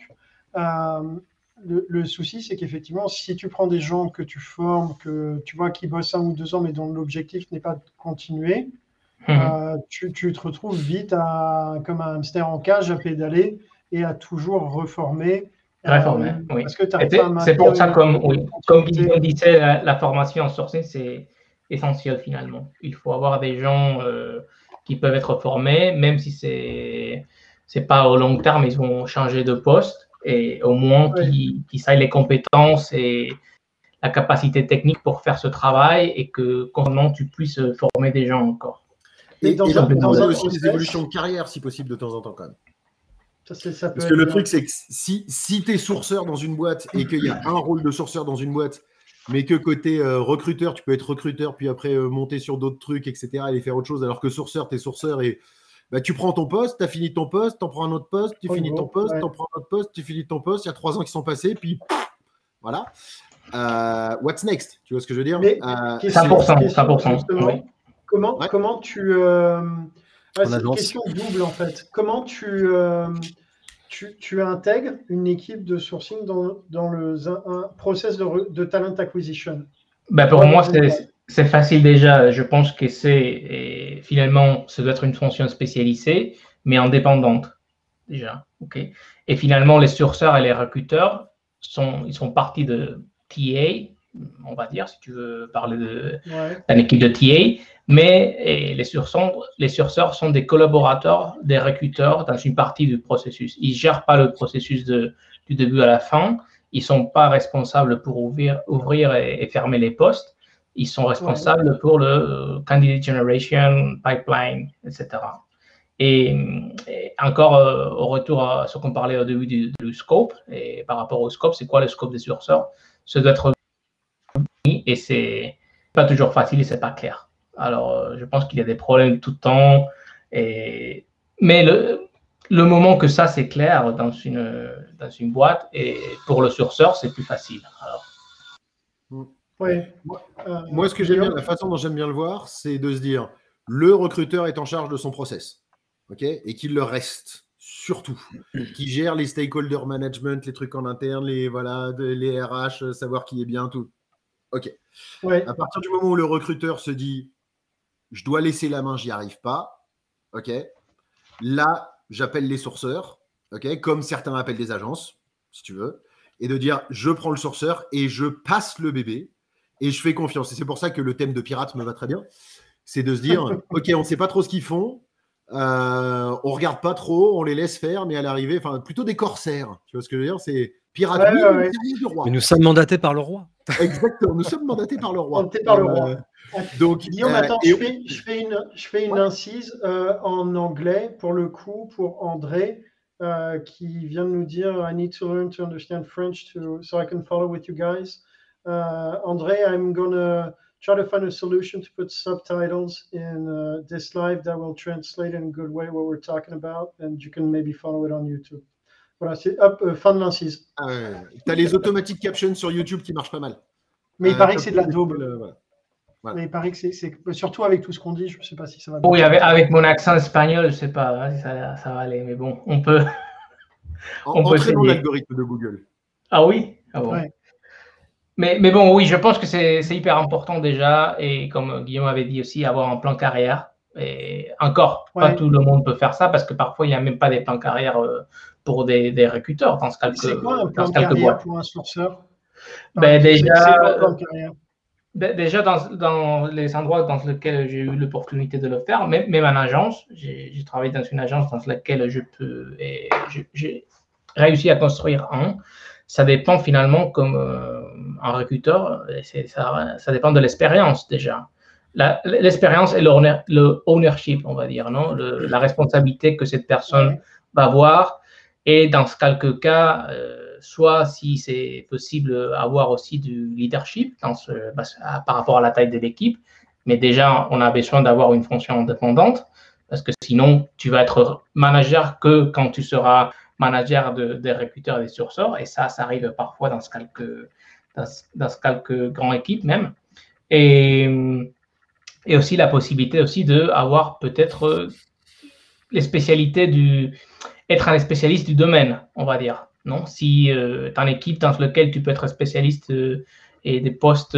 le souci, c'est qu'effectivement, si tu prends des gens que tu formes, que tu vois qui bossent 1 ou 2 ans, mais dont l'objectif n'est pas de continuer, tu te retrouves vite comme un hamster en cage à pédaler et à toujours reformer. Oui. C'est pour ça, comme Guillaume disait, la formation en sourcing, c'est essentiel finalement. Il faut avoir des gens qui peuvent être formés, même si c'est pas au long terme, ils vont changer de poste, et au moins qu'ils aient les compétences et la capacité technique pour faire ce travail, et que constamment tu puisses former des gens encore. Et aussi des évolutions de carrière, si possible, de temps en temps, quand même. Parce que le truc, c'est que si tu es sourceur dans une boîte et qu'il y a un rôle de sourceur dans une boîte, mais que côté recruteur, tu peux être recruteur, puis après monter sur d'autres trucs, etc., et faire autre chose, alors que sourceur, tu es sourceur et tu prends ton poste, tu as fini ton poste, tu en prends un autre poste, tu finis ton poste, tu en prends un autre poste, tu finis ton poste, il y a 3 ans qui sont passés, puis voilà. What's next? Tu vois ce que je veux dire? 100%. Oui. Comment tu… c'est une question double, en fait. Comment tu intègres une équipe de sourcing dans un process de talent acquisition? Pour moi, c'est facile déjà. Je pense que finalement, ça doit être une fonction spécialisée, mais indépendante déjà. Okay. Et finalement, les sourceurs et les recruteurs, ils sont partis de TA, on va dire, si tu veux parler d'une équipe de TA, mais les sourceurs sont des collaborateurs, des recruteurs dans une partie du processus. Ils ne gèrent pas le processus du début à la fin. Ils ne sont pas responsables pour ouvrir et fermer les postes. Ils sont responsables pour le candidate generation, pipeline, etc. Et encore, au retour à ce qu'on parlait au début du scope, et par rapport au scope, c'est quoi le scope des sourceurs? Ça doit être et c'est pas toujours facile et c'est pas clair. Alors, je pense qu'il y a des problèmes tout le temps. Mais le moment que ça, c'est clair dans une boîte, et pour le sourceur, c'est plus facile. Alors. Moi, ce que j'aime bien, la façon dont j'aime bien le voir, c'est de se dire, le recruteur est en charge de son process, et qu'il le reste, surtout, qui gère les stakeholder management, les trucs en interne, les RH, savoir qui est bien, tout. OK. À partir du moment où le recruteur se dit, je dois laisser la main, j'y arrive pas, OK. Là, j'appelle les sourceurs, comme certains appellent des agences, si tu veux, et de dire, je prends le sourceur et je passe le bébé et je fais confiance. Et c'est pour ça que le thème de pirate me va très bien. C'est de se dire, OK, on ne sait pas trop ce qu'ils font, on ne regarde pas trop, on les laisse faire, mais à l'arrivée, plutôt des corsaires. Tu vois ce que je veux dire? C'est pirate, du roi. Mais nous sommes mandatés par le roi. Exactement, nous sommes mandatés par le roi. Mandatés par le roi. Donc, Guillaume, attends, je fais une incise en anglais, pour le coup, pour André, qui vient de nous dire I need to learn to understand French so I can follow with you guys. André, I'm gonna try to find a solution to put subtitles in this live that will translate in a good way what we're talking about, and you can maybe follow it on YouTube. Voilà, c'est fin de l'incise. Tu as les automatic captions sur YouTube qui marchent pas mal. Mais il paraît que c'est de la daube. Voilà. Mais il paraît que c'est surtout avec tout ce qu'on dit, je ne sais pas si ça va bien. Oui, avec mon accent espagnol, je ne sais pas si ça va aller, mais bon, on peut. Entrer dans l'algorithme de Google. Ah oui? Ah bon. Ouais. Mais bon, oui, je pense que c'est hyper important déjà, et comme Guillaume avait dit aussi, avoir un plan carrière. Et encore, pas tout le monde peut faire ça, parce que parfois, il n'y a même pas des plans carrière pour des recruteurs dans ce cas. C'est quoi un plan de carrière pour un sourceur? Déjà, dans les endroits dans lesquels j'ai eu l'opportunité de le faire, même en agence, j'ai travaillé dans une agence dans laquelle j'ai réussi à construire un. Ça dépend finalement, comme un recruteur, ça dépend de l'expérience déjà. L'expérience et le ownership, on va dire, non? La responsabilité que cette personne va avoir. Et dans quelques cas, soit si c'est possible, avoir aussi du leadership par rapport à la taille de l'équipe. Mais déjà, on a besoin d'avoir une fonction indépendante parce que sinon, tu vas être manager que quand tu seras manager des recruteurs et des sourceurs. Et ça arrive parfois dans quelques grandes équipes même. Et aussi la possibilité aussi d'avoir peut-être les spécialités être un spécialiste du domaine, on va dire. Non, si tu as une équipe dans laquelle tu peux être spécialiste et des postes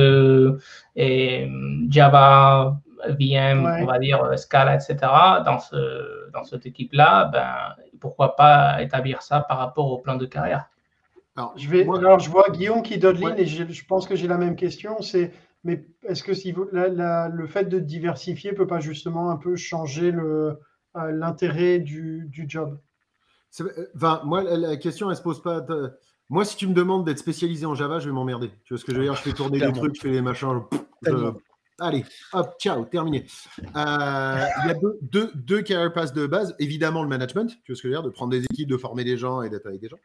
Java, VM, on va dire Scala, etc. Dans cette équipe-là, pourquoi pas établir ça par rapport au plan de carrière? Alors, je vois Guillaume qui donne ligne et je pense que j'ai la même question. Mais est-ce que le fait de diversifier ne peut pas justement un peu changer l'intérêt du job? Moi, la question, elle se pose pas. Moi, si tu me demandes d'être spécialisé en Java, je vais m'emmerder. Tu vois ce que je veux dire? Je fais tourner des trucs, je fais des machins. Allez, hop, ciao, terminé. Il y a deux career paths de base. Évidemment, le management, tu vois ce que je veux dire? De prendre des équipes, de former des gens et d'être avec des gens.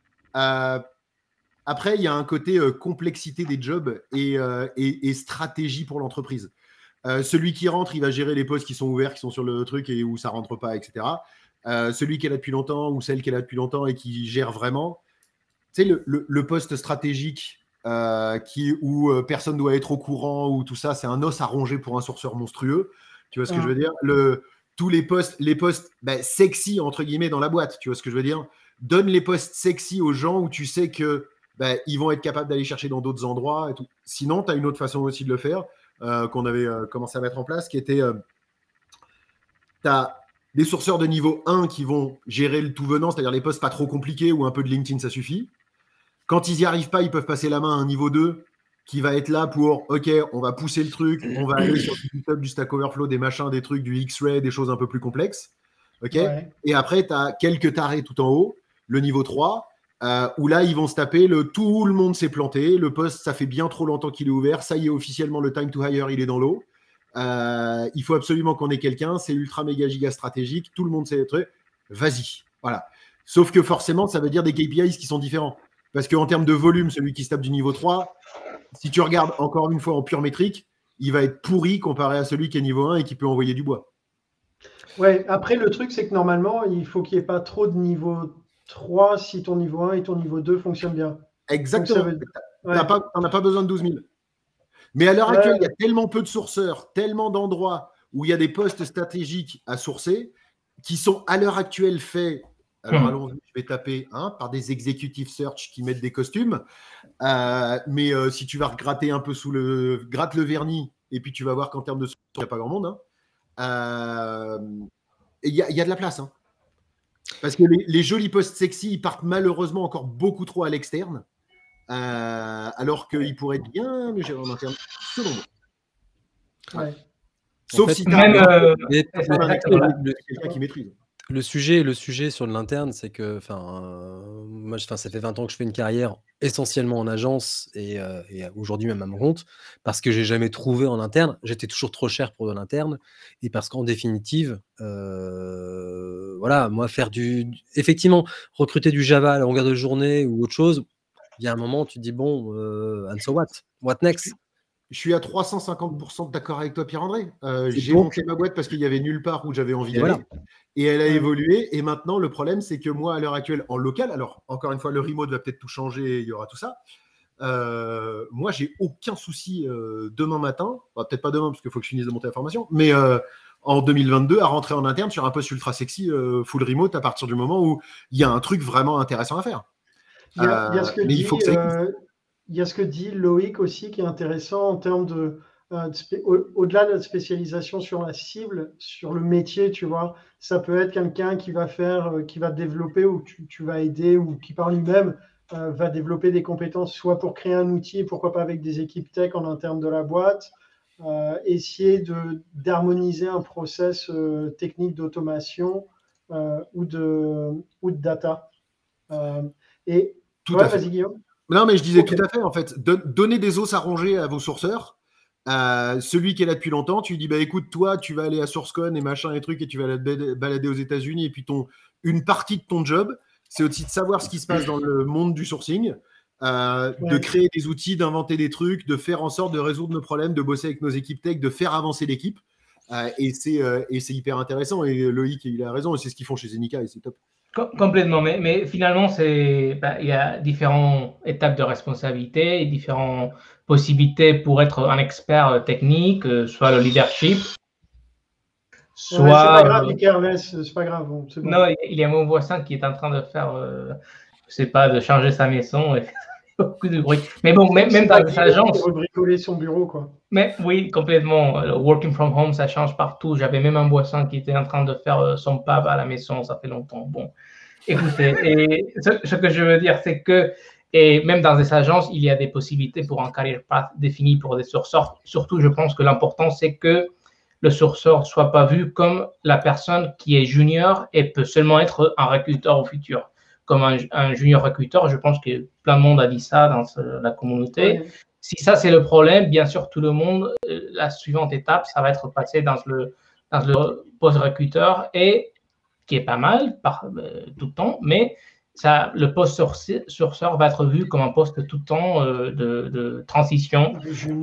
Après, il y a un côté complexité des jobs et stratégie pour l'entreprise. Celui qui rentre, il va gérer les postes qui sont ouverts, qui sont sur le truc et où ça rentre pas, etc. Celui qui est là depuis longtemps ou celle qui est là depuis longtemps et qui gère vraiment, tu sais, le poste stratégique où personne doit être au courant ou tout ça, c'est un os à ronger pour un sourceur monstrueux. Tu vois ce que je veux dire? Tous les postes sexy, entre guillemets, dans la boîte. Tu vois ce que je veux dire? Donne les postes sexy aux gens où tu sais que ils vont être capables d'aller chercher dans d'autres endroits et tout. Sinon, tu as une autre façon aussi de le faire qu'on avait commencé à mettre en place, qui était tu as des sourceurs de niveau 1 qui vont gérer le tout venant, c'est-à-dire les postes pas trop compliqués ou un peu de LinkedIn, ça suffit. Quand ils n'y arrivent pas, ils peuvent passer la main à un niveau 2 qui va être là pour OK, on va pousser le truc, on va aller sur du GitHub, du Stack Overflow, des machins, des trucs, du X-Ray, des choses un peu plus complexes. OK. Et après, tu as quelques tarés tout en haut, le niveau 3, où là, ils vont se taper tout le monde s'est planté, le poste, ça fait bien trop longtemps qu'il est ouvert, ça y est, officiellement, le time to hire, il est dans l'eau. Il faut absolument qu'on ait quelqu'un, c'est ultra méga giga stratégique, tout le monde sait les trucs, vas-y, voilà. Sauf que forcément, ça veut dire des KPIs qui sont différents. Parce qu'en termes de volume, celui qui se tape du niveau 3, si tu regardes encore une fois en pure métrique, il va être pourri comparé à celui qui est niveau 1 et qui peut envoyer du bois. Ouais, après le truc, c'est que normalement, il faut qu'il n'y ait pas trop de niveau 3 si ton niveau 1 et ton niveau 2 fonctionnent bien. Exactement. Tu n'as pas besoin de 12 000. Mais à l'heure actuelle, il y a tellement peu de sourceurs, tellement d'endroits où il y a des postes stratégiques à sourcer qui sont à l'heure actuelle faits. Alors allons-y, je vais taper par des executive search qui mettent des costumes. Mais si tu vas gratter un peu gratte le vernis et puis tu vas voir qu'en termes de sourceurs, il n'y a pas grand monde. Il y a de la place. Parce que les jolis postes sexy, ils partent malheureusement encore beaucoup trop à l'externe. Alors qu'il pourrait être bien mieux géré en interne, selon moi. Ouais. Sauf si tu as quelqu'un qui maîtrise. Le sujet sur de l'interne, c'est que, moi, ça fait 20 ans que je fais une carrière essentiellement en agence et aujourd'hui même à mon compte, parce que j'ai jamais trouvé en interne. J'étais toujours trop cher pour de l'interne et parce qu'en définitive, voilà, moi, effectivement, recruter du Java à la longueur de journée ou autre chose, il y a un moment, tu te dis, bon, and so what? What next? Je suis à 350% d'accord avec toi, Pierre-André. J'ai donc- monté ma boîte parce qu'il y avait nulle part où j'avais envie Et d'aller. voilà. Et elle a évolué. Et maintenant, le problème, c'est que moi, à l'heure actuelle, en local, alors encore une fois, le remote va peut-être tout changer, il y aura tout ça. Moi, j'ai aucun souci demain matin, peut-être pas demain parce qu'il faut que je finisse de monter la formation, mais en 2022, à rentrer en interne sur un poste ultra sexy, full remote, à partir du moment où il y a un truc vraiment intéressant à faire. Il y a ce que mais il faut que ça existe. il y a ce que dit Loïc aussi qui est intéressant en termes au-delà de la spécialisation sur la cible, sur le métier, tu vois, ça peut être quelqu'un qui va développer ou tu vas aider ou qui par lui-même va développer des compétences, soit pour créer un outil, pourquoi pas avec des équipes tech en interne de la boîte, essayer d'harmoniser un process technique d'automation ou de data. Et Tout à fait. vas-y Guillaume. Non, mais je disais Ok. tout à fait, en fait. Donnez des os à ronger à vos sourceurs. Celui qui est là depuis longtemps, tu lui dis, bah écoute, toi, tu vas aller à SourceCon et machin et trucs et tu vas aller balader aux États-Unis. Et puis, une partie de ton job, c'est aussi de savoir ce qui se passe dans le monde du sourcing, de créer des outils, d'inventer des trucs, de faire en sorte de résoudre nos problèmes, de bosser avec nos équipes tech, de faire avancer l'équipe. Et c'est hyper intéressant. Et Loïc, il a raison. Et c'est ce qu'ils font chez Zenica et c'est top. Complètement, mais finalement, il y a différentes étapes de responsabilité et différentes possibilités pour être un expert technique, soit le leadership, soit… Ouais, c'est pas grave, Mickaël, c'est pas grave. Bon, c'est bon. Non, il y a mon voisin qui est en train de faire, je sais pas, de changer sa maison et beaucoup de bruit. Mais bon, même dans les agences… bricoler son bureau, quoi. Mais oui, complètement. Working from home, ça change partout. J'avais même un voisin qui était en train de faire son pub à la maison, ça fait longtemps. Bon. Écoutez, et ce que je veux dire, c'est que et même dans des agences, il y a des possibilités pour un career path défini pour des sourceurs. Surtout, je pense que l'important, c'est que le sourceur ne soit pas vu comme la personne qui est junior et peut seulement être un recruteur au futur. Comme un junior recruteur, je pense que plein de monde a dit ça dans la communauté. Ouais. Si ça, c'est le problème, bien sûr, tout le monde, la suivante étape, ça va être passé dans le poste recruteur et qui est pas mal tout le temps, mais ça, le poste sourceur va être vu comme un poste tout le temps de transition.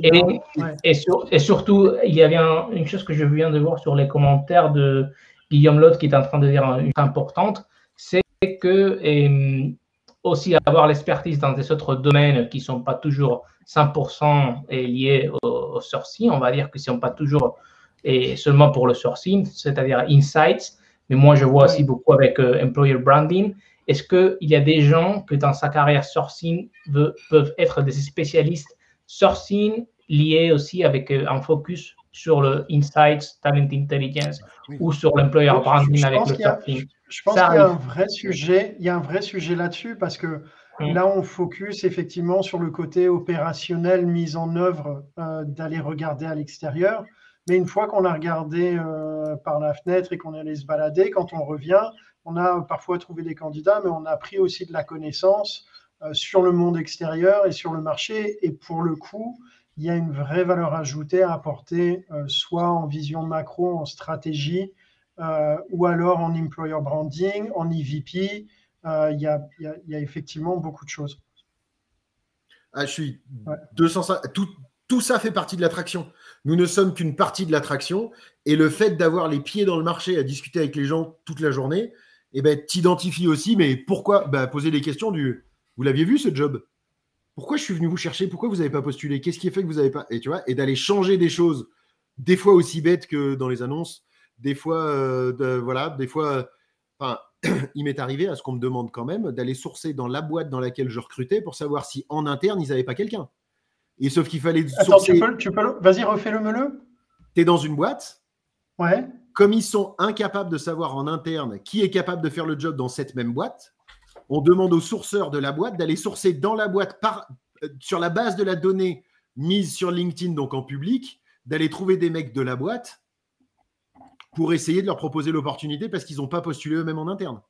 Et surtout, il y avait une chose que je viens de voir sur les commentaires de Guillaume Lotte qui est en train de dire une chose importante, c'est que aussi avoir l'expertise dans des autres domaines qui ne sont pas toujours 100% liés au sourcing, on va dire que ce ne sont pas toujours et seulement pour le sourcing, c'est-à-dire insights. Mais moi, je vois aussi beaucoup avec employer branding. Est-ce qu'il y a des gens que dans sa carrière sourcing peuvent être des spécialistes sourcing liés aussi avec un focus sur le insights, talent intelligence ou sur l'employer branding avec le sourcing? Je pense qu'il y a un vrai sujet. Il y a un vrai sujet là-dessus parce que là, on focus effectivement sur le côté opérationnel, mise en œuvre, d'aller regarder à l'extérieur. Mais une fois qu'on a regardé par la fenêtre et qu'on est allé se balader, quand on revient, on a parfois trouvé des candidats, mais on a pris aussi de la connaissance sur le monde extérieur et sur le marché. Et pour le coup, il y a une vraie valeur ajoutée à apporter, soit en vision macro, en stratégie, ou alors en employer branding, en EVP. Il y a effectivement beaucoup de choses. Je suis 200. Tout ça fait partie de l'attraction. Nous ne sommes qu'une partie de l'attraction. Et le fait d'avoir les pieds dans le marché, à discuter avec les gens toute la journée, t'identifies aussi. Mais pourquoi poser les questions du « Vous l'aviez vu ce job ? Pourquoi je suis venu vous chercher ? Pourquoi vous n'avez pas postulé ? Qu'est-ce qui fait que vous n'avez pas… » Et tu vois, et d'aller changer des choses, des fois aussi bêtes que dans les annonces, des fois, des fois… il m'est arrivé, à ce qu'on me demande quand même, d'aller sourcer dans la boîte dans laquelle je recrutais pour savoir si en interne, ils n'avaient pas quelqu'un. Et sauf qu'il fallait sourcer… Vas-y, refais-le. Tu es dans une boîte. Ouais. Comme ils sont incapables de savoir en interne qui est capable de faire le job dans cette même boîte, on demande aux sourceurs de la boîte d'aller sourcer dans la boîte sur la base de la donnée mise sur LinkedIn, donc en public, d'aller trouver des mecs de la boîte pour essayer de leur proposer l'opportunité parce qu'ils n'ont pas postulé eux-mêmes en interne.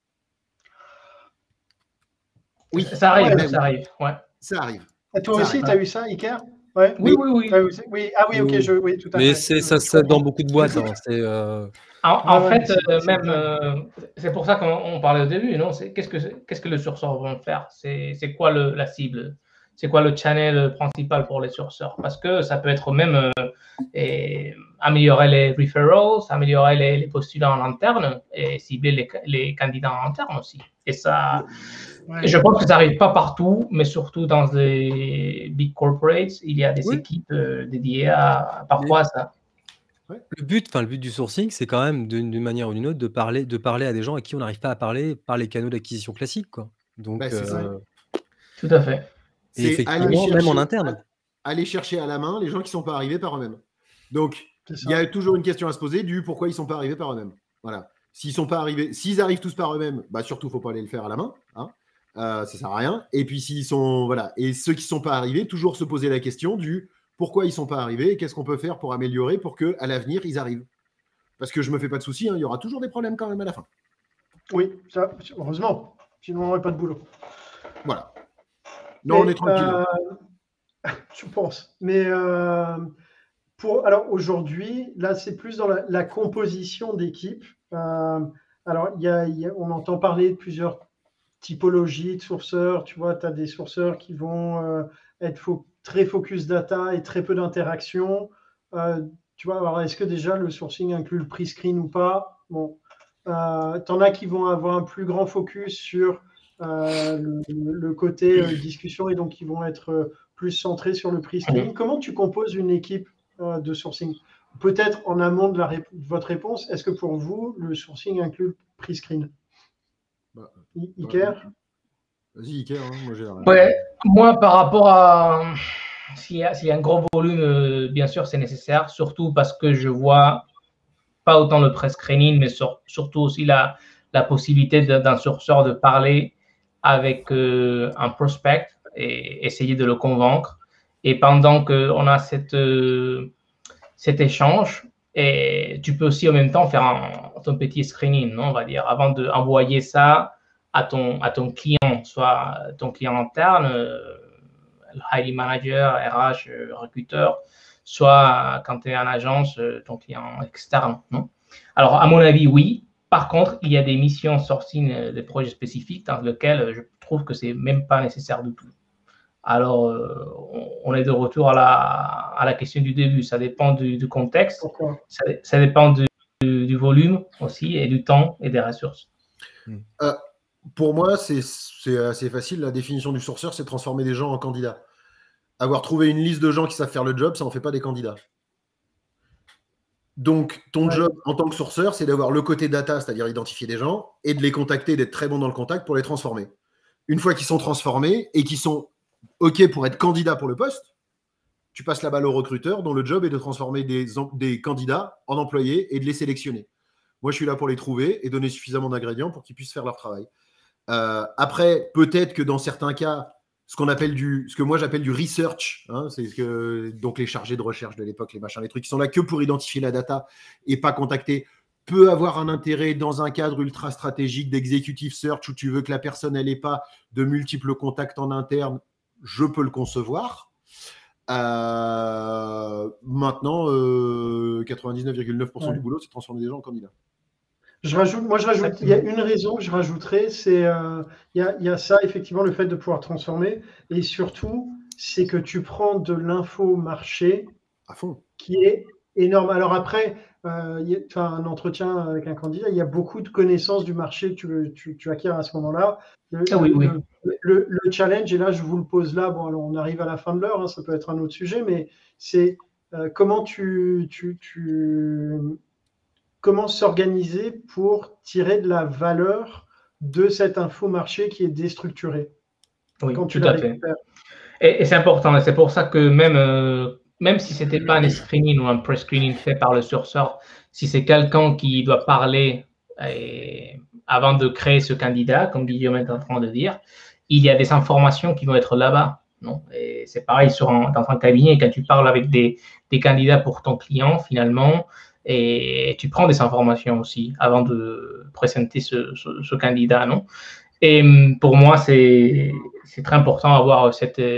Oui, ça arrive, ça arrive. Ouais. Ça arrive. Et toi aussi, tu as eu ça, Iker? Ouais. Oui. Oui. Ah oui, ok, oui, tout à fait. Mais c'est ça dans beaucoup de boîtes. Hein, en fait, c'est pour ça qu'on parlait au début, non? Qu'est-ce que les sourceurs vont faire? C'est quoi la cible? C'est quoi le channel principal pour les sourceurs? Parce que ça peut être même améliorer les referrals, améliorer les postulats en interne et cibler les candidats en interne aussi. Et ça, je pense que ça n'arrive pas partout, mais surtout dans les big corporates, il y a des équipes dédiées parfois à ça. Le but du sourcing, c'est quand même d'une manière ou d'une autre de parler à des gens à qui on n'arrive pas à parler par les canaux d'acquisition classiques, quoi. Donc, tout à fait. Et effectivement, même en interne. Aller chercher à la main les gens qui ne sont pas arrivés par eux-mêmes. Donc, il y a toujours une question à se poser du pourquoi ils ne sont pas arrivés par eux-mêmes. Voilà. S'ils arrivent tous par eux-mêmes, surtout, il ne faut pas aller le faire à la main. Hein. Ça ne sert à rien. Et puis, et ceux qui ne sont pas arrivés, toujours se poser la question du pourquoi ils ne sont pas arrivés et qu'est-ce qu'on peut faire pour améliorer pour qu'à l'avenir, ils arrivent. Parce que je ne me fais pas de soucis, il y aura toujours des problèmes quand même à la fin. Oui, ça, heureusement. Sinon, on n'aurait pas de boulot. Voilà. Non, on est tranquille. Je pense. Mais alors aujourd'hui, là, c'est plus dans la composition d'équipe. Alors, on entend parler de plusieurs typologies de sourceurs. Tu vois, tu as des sourceurs qui vont être très focus data et très peu d'interaction. Tu vois, alors est-ce que déjà le sourcing inclut le pre-screen ou pas? Bon, t'en as qui vont avoir un plus grand focus sur le côté discussion et donc qui vont être plus centrés sur le pre-screen. Comment tu composes une équipe de sourcing? Peut-être en amont de votre réponse, est-ce que pour vous, le sourcing inclut le pre-screen? Iker? Vas-y, Iker. Moi, par rapport à... S'il y a un gros volume, bien sûr, c'est nécessaire, surtout parce que je vois pas autant le pre-screening, mais surtout aussi la possibilité d'un sourceur de parler avec un prospect et essayer de le convaincre. Et pendant qu'on a cet échange, et tu peux aussi en même temps faire ton petit screening, non, on va dire, avant d'envoyer ça à ton client, soit ton client interne, le hiring manager, RH, recruteur, soit quand tu es en agence, ton client externe. Non? Alors, à mon avis, oui. Par contre, il y a des missions sourcing, des projets spécifiques dans lesquels je trouve que c'est même pas nécessaire du tout. Alors, on est de retour à la question du début. Ça dépend du contexte. Ça dépend du volume aussi et du temps et des ressources. Pour moi, c'est assez facile. La définition du sourceur, c'est transformer des gens en candidats. Avoir trouvé une liste de gens qui savent faire le job, ça n'en fait pas des candidats. Donc, ton job en tant que sourceur, c'est d'avoir le côté data, c'est-à-dire identifier des gens, et de les contacter, d'être très bon dans le contact pour les transformer. Une fois qu'ils sont transformés et qu'ils sont OK pour être candidats pour le poste, tu passes la balle au recruteur dont le job est de transformer des candidats en employés et de les sélectionner. Moi, je suis là pour les trouver et donner suffisamment d'ingrédients pour qu'ils puissent faire leur travail. Après, peut-être que dans certains cas, ce que moi j'appelle du research, hein, donc les chargés de recherche de l'époque, les machins, les trucs qui sont là que pour identifier la data et pas contacter, peut avoir un intérêt dans un cadre ultra stratégique d'executive search où tu veux que la personne n'ait pas de multiples contacts en interne. Je peux le concevoir. Maintenant, 99,9% du boulot, c'est transformer des gens en candidats. Je rajoute, il y a une raison que je rajouterais, c'est il y a ça, effectivement, le fait de pouvoir transformer. Et surtout, c'est que tu prends de l'info marché à fond, qui est énorme. Alors après, tu as un entretien avec un candidat, il y a beaucoup de connaissances du marché que tu acquiers à ce moment-là. Le challenge, et là, je vous le pose là, bon, alors on arrive à la fin de l'heure, hein, ça peut être un autre sujet, mais c'est comment comment s'organiser pour tirer de la valeur de cette info marché qui est déstructurée. Oui, quand tu tout à fait. Et c'est important, et c'est pour ça que même si ce n'était pas un screening ou un pre-screening fait par le sourceur, si c'est quelqu'un qui doit parler avant de créer ce candidat, comme Guillaume est en train de dire, il y a des informations qui vont être là-bas. Non, et c'est pareil dans un cabinet, quand tu parles avec des candidats pour ton client, finalement, Et tu prends des informations aussi avant de présenter ce candidat, non? Et pour moi, c'est très important d'avoir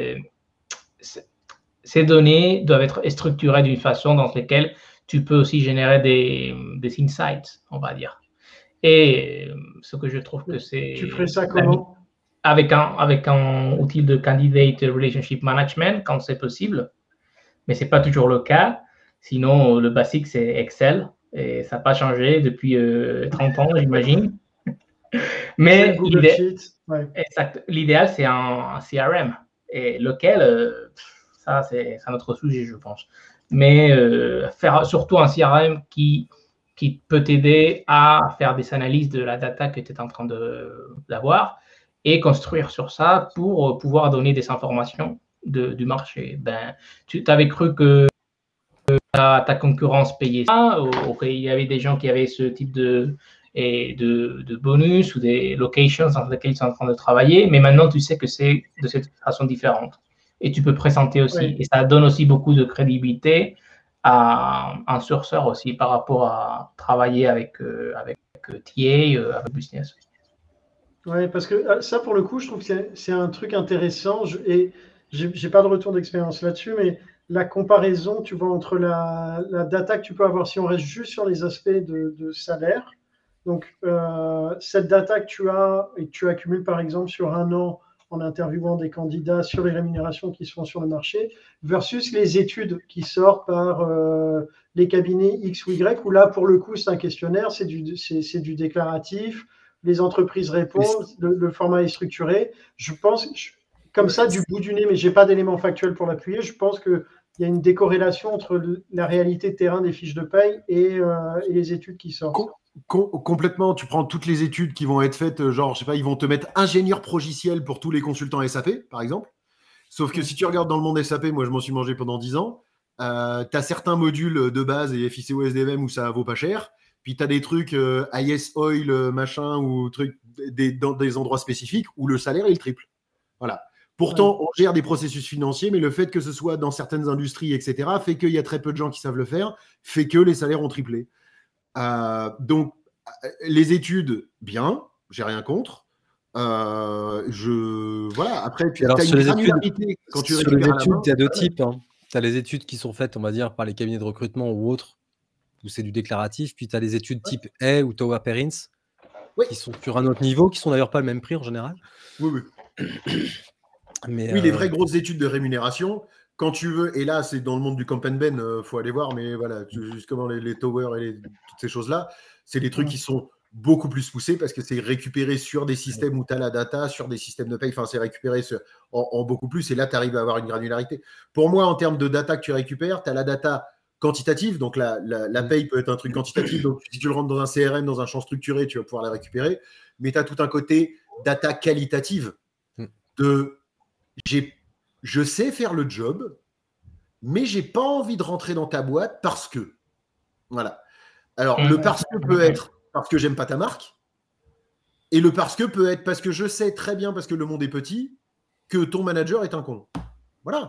ces données doivent être structurées d'une façon dans laquelle tu peux aussi générer des insights, on va dire. Et ce que je trouve que c'est... Tu ferais ça comment? Avec un outil de Candidate Relationship Management, quand c'est possible. Mais ce n'est pas toujours le cas. Sinon, le basique, c'est Excel. Et ça n'a pas changé depuis 30 ans, j'imagine. Mais l'idéal, c'est un CRM. Et lequel, ça, c'est un autre sujet, je pense. Mais faire surtout un CRM qui peut t'aider à faire des analyses de la data que tu es en train d'avoir et construire sur ça pour pouvoir donner des informations du marché. Tu avais cru que ta concurrence payait ça, ou qu'il y avait des gens qui avaient ce type de bonus ou des locations dans lesquelles ils sont en train de travailler, mais maintenant tu sais que c'est de cette façon différente. Et tu peux présenter aussi. Oui. Et ça donne aussi beaucoup de crédibilité à un sourceur aussi par rapport à travailler avec TA, avec business. Oui, parce que ça, pour le coup, je trouve que c'est un truc intéressant. Et je n'ai pas de retour d'expérience là-dessus, mais la comparaison, tu vois, entre la data que tu peux avoir si on reste juste sur les aspects de salaire. Donc, cette data que tu as et que tu accumules, par exemple, sur un an en interviewant des candidats sur les rémunérations qui se font sur le marché, versus les études qui sortent par les cabinets X ou Y, où là, pour le coup, c'est un questionnaire, c'est du déclaratif, les entreprises répondent, le format est structuré. Je pense, comme ça, du bout du nez, mais je n'ai pas d'éléments factuels pour l'appuyer, je pense qu'il y a une décorrélation entre la réalité de terrain des fiches de paye et les études qui sortent. Complètement, tu prends toutes les études qui vont être faites, genre, je sais pas, ils vont te mettre ingénieur progiciel pour tous les consultants SAP, par exemple. Sauf que si tu regardes dans le monde SAP, moi je m'en suis mangé pendant 10 ans, tu as certains modules de base et FICO SDM où ça vaut pas cher, puis tu as des trucs IS Oil, machin, ou trucs dans des endroits spécifiques où le salaire est le triple. Voilà. Pourtant, on gère des processus financiers, mais le fait que ce soit dans certaines industries, etc., fait qu'il y a très peu de gens qui savent le faire, fait que les salaires ont triplé. Donc, les études, bien, j'ai rien contre. Voilà. Après, tu as une granularité quand tu récupères les études, il y a deux types. Hein. Tu as les études qui sont faites, on va dire, par les cabinets de recrutement ou autres, où c'est du déclaratif. Puis tu as les études type A ou Towa Perrins, qui sont sur un autre niveau, qui sont d'ailleurs pas le même prix en général. Oui. Mais oui, les vraies grosses études de rémunération, quand tu veux, et là, c'est dans le monde du camp and ben, faut aller voir, mais voilà, justement, les towers et toutes ces choses-là, c'est des trucs qui sont beaucoup plus poussés parce que c'est récupéré sur des systèmes où tu as la data, sur des systèmes de paye, enfin, c'est récupéré en beaucoup plus, et là, tu arrives à avoir une granularité. Pour moi, en termes de data que tu récupères, tu as la data quantitative, donc la paye peut être un truc quantitatif, donc si tu le rentres dans un CRM, dans un champ structuré, tu vas pouvoir la récupérer, mais tu as tout un côté data qualitative de je sais faire le job, mais j'ai pas envie de rentrer dans ta boîte parce que. Voilà. Alors, le parce que peut être parce que j'aime pas ta marque, et le parce que peut être parce que je sais très bien, parce que le monde est petit, que ton manager est un con. Voilà.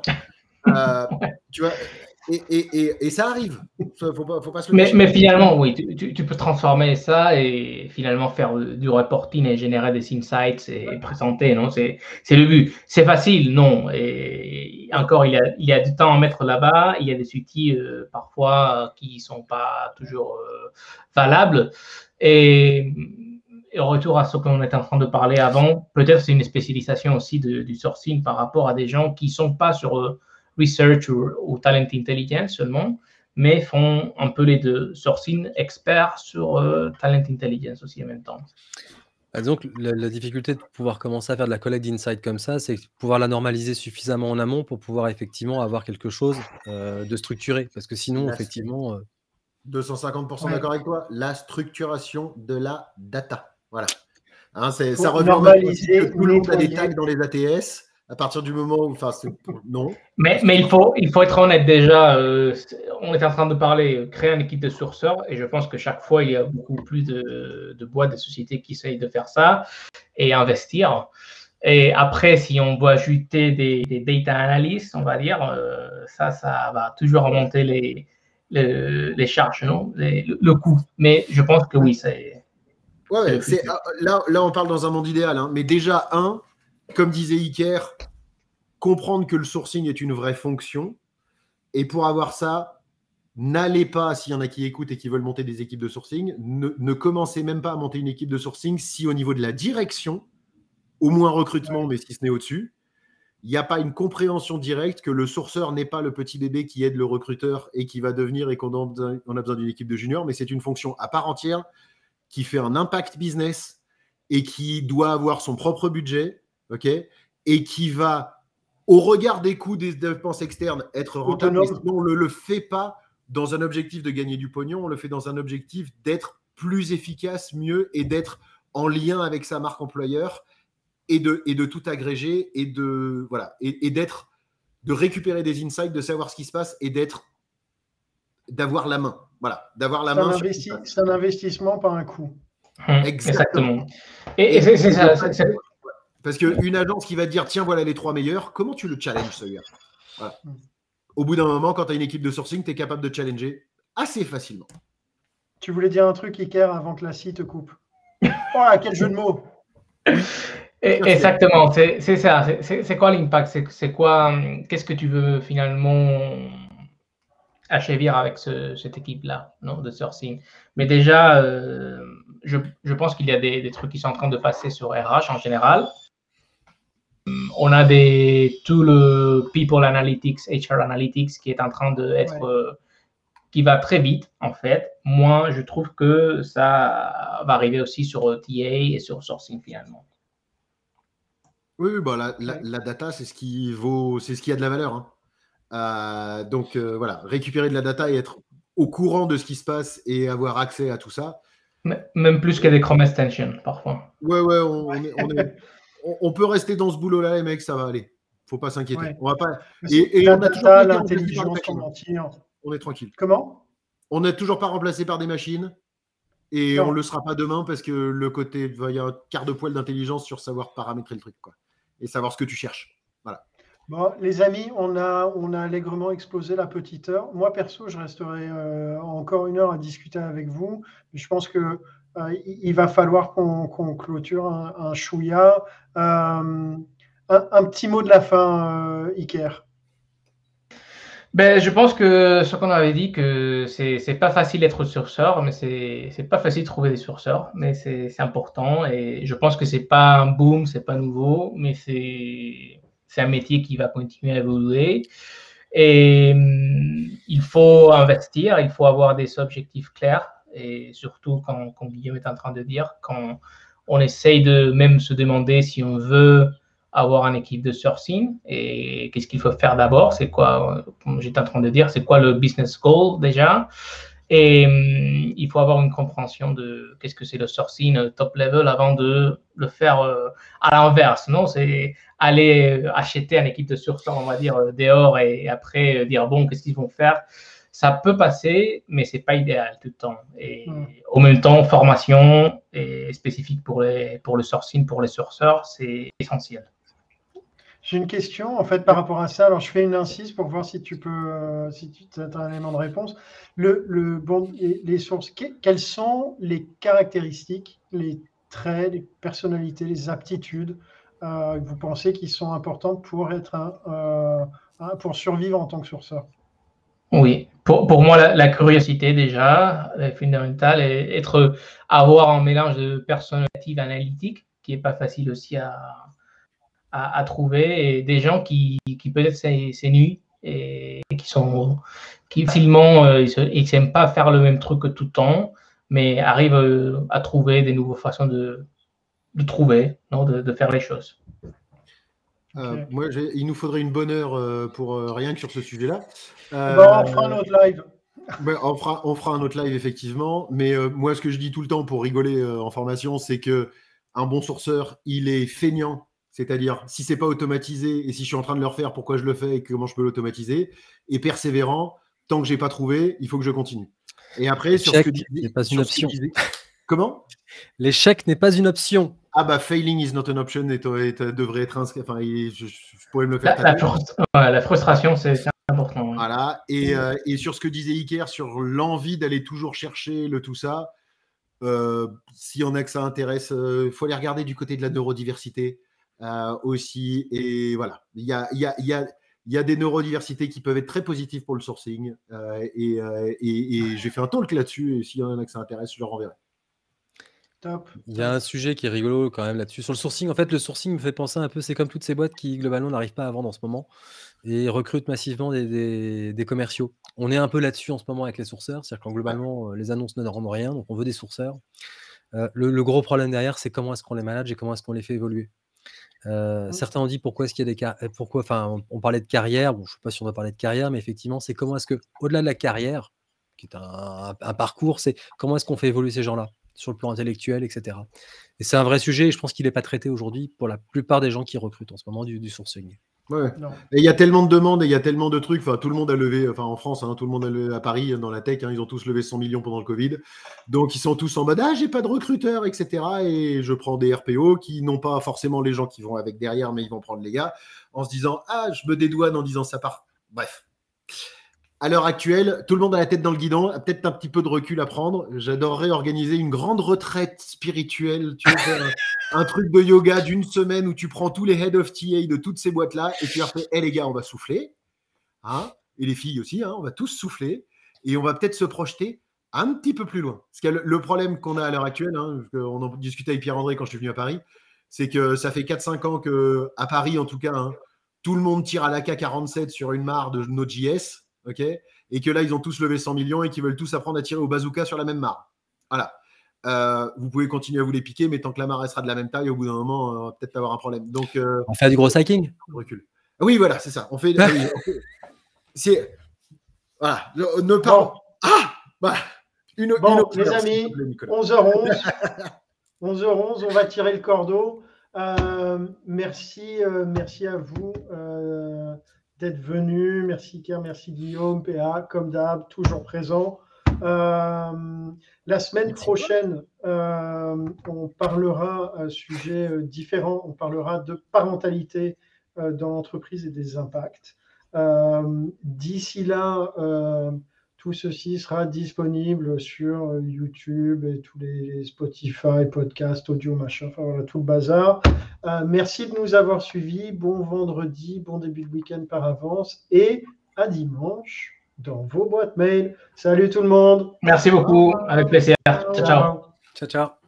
Tu vois, et ça arrive. Faut pas se le cacher. Mais finalement, oui, tu peux transformer ça et finalement faire du reporting et générer des insights et présenter, non? C'est le but. C'est facile, non. Et encore, il y a du temps à mettre là-bas. Il y a des outils parfois qui ne sont pas toujours valables. Et au retour à ce qu'on était en train de parler avant, peut-être c'est une spécialisation aussi du sourcing par rapport à des gens qui ne sont pas sur research ou talent intelligence seulement, mais font un peu les deux, sourcing expert sur talent intelligence aussi en même temps. Donc, la difficulté de pouvoir commencer à faire de la collecte d'insights comme ça, c'est pouvoir la normaliser suffisamment en amont pour pouvoir effectivement avoir quelque chose de structuré. Parce que sinon, effectivement… 250% d'accord avec toi, la structuration de la data. Voilà. Hein, ça revient normaliser que tout le monde a des tags dans les ATS. À partir du moment où, non. Mais il faut être honnête déjà. On est en train de parler créer une équipe de sourceurs et je pense que chaque fois il y a beaucoup plus de boîtes, de sociétés qui essayent de faire ça et investir. Et après, si on doit ajouter des data analysts, on va dire, ça va toujours remonter les charges, non, le coût. Mais je pense que oui, c'est. Ouais, là, on parle dans un monde idéal, hein, mais déjà, comme disait Iker, comprendre que le sourcing est une vraie fonction. Et pour avoir ça, n'allez pas, s'il y en a qui écoutent et qui veulent monter des équipes de sourcing, ne commencez même pas à monter une équipe de sourcing si au niveau de la direction, au moins recrutement, mais si ce n'est au-dessus, il n'y a pas une compréhension directe que le sourceur n'est pas le petit bébé qui aide le recruteur et qui va devenir et qu'on a besoin d'une équipe de juniors, mais c'est une fonction à part entière qui fait un impact business et qui doit avoir son propre budget, okay, et qui va, au regard des coûts des dépenses externes, être rentable. Mais sinon, on ne le fait pas dans un objectif de gagner du pognon, on le fait dans un objectif d'être plus efficace, mieux, et d'être en lien avec sa marque employeur et de tout agréger et de récupérer des insights, de savoir ce qui se passe et d'avoir la main. Voilà, d'avoir la main. C'est un investissement, pas un coût. Exactement. Et c'est ça. Parce qu'une agence qui va te dire, tiens, voilà les 3 meilleurs, comment tu le challenges, ce gars? Voilà. Au bout d'un moment, quand tu as une équipe de sourcing, tu es capable de challenger assez facilement. Tu voulais dire un truc, Iker, avant que la scie te coupe. Oh, quel jeu de mots! Exactement, c'est ça. C'est quoi l'impact? C'est quoi? Qu'est-ce que tu veux finalement achévir avec cette équipe-là, non, de sourcing? Mais déjà, je pense qu'il y a des trucs qui sont en train de passer sur RH en général. On a tout le People Analytics, HR Analytics qui est en train d'être, qui va très vite en fait. Moi, je trouve que ça va arriver aussi sur TA et sur sourcing finalement. Oui, bah, la data, c'est ce qui vaut, c'est ce qui a de la valeur. Hein. Donc voilà, récupérer de la data et être au courant de ce qui se passe et avoir accès à tout ça. Même plus que des Chrome Extensions parfois. Ouais, on peut rester dans ce boulot-là, les mecs, ça va aller. Faut pas s'inquiéter. Ouais. On va pas. Et on a toujours l'intelligence, on est tranquille. Comment? On n'est toujours pas remplacé par des machines et on le sera pas demain parce que le côté, il y a un quart de poil d'intelligence sur savoir paramétrer le truc, quoi, et savoir ce que tu cherches. Voilà. Bon, les amis, on a allègrement explosé la petite heure. Moi, perso, je resterai encore 1 heure à discuter avec vous. Mais je pense que il va falloir qu'on clôture un chouïa. Un petit mot de la fin, Iker. Je pense que ce qu'on avait dit, que c'est pas facile d'être sourceur, mais c'est pas facile de trouver des sourceurs, mais c'est important. Et je pense que c'est pas un boom, c'est pas nouveau, mais c'est un métier qui va continuer à évoluer. Et il faut investir, il faut avoir des objectifs clairs. Et surtout, comme Guillaume est en train de dire, quand on essaye de même se demander si on veut avoir une équipe de sourcing et qu'est-ce qu'il faut faire d'abord, c'est quoi, comme j'étais en train de dire, c'est quoi le business goal déjà. Et il faut avoir une compréhension de qu'est-ce que c'est le sourcing top level avant de le faire à l'inverse. Non, c'est aller acheter une équipe de sourceurs, on va dire, dehors et après dire, bon, qu'est-ce qu'ils vont faire? Ça peut passer, mais c'est pas idéal tout le temps. Et en même temps, formation et spécifique pour le sourcing, pour les sourceurs, c'est essentiel. J'ai une question en fait par rapport à ça. Alors je fais une incise pour voir si tu peux, si tu as un élément de réponse. Les sources, quelles sont les caractéristiques, les traits, les personnalités, les aptitudes que vous pensez qui sont importantes pour pour survivre en tant que sourceur? Oui, pour moi, la curiosité déjà est fondamentale et avoir un mélange de personnalité analytique qui n'est pas facile aussi à trouver, et des gens qui peut-être s'ennuient et qui facilement ils n'aiment pas faire le même truc tout le temps, mais arrivent à trouver des nouvelles façons de trouver, non, de faire les choses. Okay. Moi, il nous faudrait une bonne heure pour rien que sur ce sujet-là. On fera un autre live. On fera un autre live, effectivement. Mais moi, ce que je dis tout le temps pour rigoler en formation, c'est qu'un bon sourceur, il est feignant. C'est-à-dire, si ce n'est pas automatisé et si je suis en train de le refaire, pourquoi je le fais et comment je peux l'automatiser. Et persévérant, tant que je n'ai pas trouvé, il faut que je continue. Et après, sur ce que n'est pas une option. Comment? L'échec n'est pas une option. Ah bah, failing is not an option devrait être inscrit. Enfin, je pourrais me le faire. La frustration, c'est important. Voilà. Et sur ce que disait Iker, sur l'envie d'aller toujours chercher le tout ça, s'il y en a que ça intéresse, il faut aller regarder du côté de la neurodiversité aussi. Et voilà, il y a des neurodiversités qui peuvent être très positives pour le sourcing. Et j'ai fait un talk là-dessus. Et s'il y en a que ça intéresse, je le renverrai. Top. Il y a un sujet qui est rigolo quand même là-dessus. Sur le sourcing, en fait, le sourcing me fait penser un peu, c'est comme toutes ces boîtes qui, globalement, n'arrivent pas à vendre en ce moment et recrutent massivement des commerciaux. On est un peu là-dessus en ce moment avec les sourceurs, c'est-à-dire qu'en globalement, les annonces ne rendent rien, donc on veut des sourceurs. Le gros problème derrière, c'est comment est-ce qu'on les manage et comment est-ce qu'on les fait évoluer. Certains ont dit pourquoi est-ce qu'il y a des on parlait de carrière, bon, je ne sais pas si on va parler de carrière, mais effectivement, c'est comment est-ce que, au-delà de la carrière, qui est un parcours, c'est comment est-ce qu'on fait évoluer ces gens-là sur le plan intellectuel, etc. Et c'est un vrai sujet et je pense qu'il n'est pas traité aujourd'hui pour la plupart des gens qui recrutent en ce moment du sourcing. Ouais. Et il y a tellement de demandes et il y a tellement de trucs. Enfin, tout le monde a levé, enfin en France, tout le monde a levé à Paris, dans la tech, ils ont tous levé 100 millions pendant le Covid. Donc ils sont tous en mode j'ai pas de recruteur, etc. Et je prends des RPO qui n'ont pas forcément les gens qui vont avec derrière, mais ils vont prendre les gars en se disant je me dédouane en disant ça part. Bref. À l'heure actuelle, tout le monde a la tête dans le guidon, a peut-être un petit peu de recul à prendre. J'adorerais organiser une grande retraite spirituelle, tu vois, faire un truc de yoga d'une semaine où tu prends tous les head of TA de toutes ces boîtes-là et tu leur fais les gars, on va souffler. Et les filles aussi, on va tous souffler. Et on va peut-être se projeter un petit peu plus loin. Parce que le problème qu'on a à l'heure actuelle, on en discutait avec Pierre-André quand je suis venu à Paris, c'est que ça fait 4-5 ans qu'à Paris, en tout cas, tout le monde tire à l'AK-47 sur une mare de Node.js. Okay, et que là, ils ont tous levé 100 millions et qu'ils veulent tous apprendre à tirer au bazooka sur la même mare. Voilà. Vous pouvez continuer à vous les piquer, mais tant que la mare sera de la même taille, au bout d'un moment, on va peut-être avoir un problème. Donc, on fait du gros hacking. Recul. Oui, voilà, c'est ça. On fait. C'est. Voilà. Ne pas. Voilà. Les amis, 11h11. 11h11, on va tirer le cordeau. Merci à vous d'être venus. Merci Pierre, merci Guillaume, PA, comme d'hab, toujours présent. La semaine prochaine, on parlera un sujet différent. On parlera de parentalité dans l'entreprise et des impacts. D'ici là, tout ceci sera disponible sur YouTube et tous les Spotify, podcasts, audio, machin, enfin voilà, tout le bazar. Merci de nous avoir suivis. Bon vendredi, bon début de week-end par avance et à dimanche dans vos boîtes mail. Salut tout le monde. Merci beaucoup. Avec plaisir. Ciao, ciao. Ciao, ciao.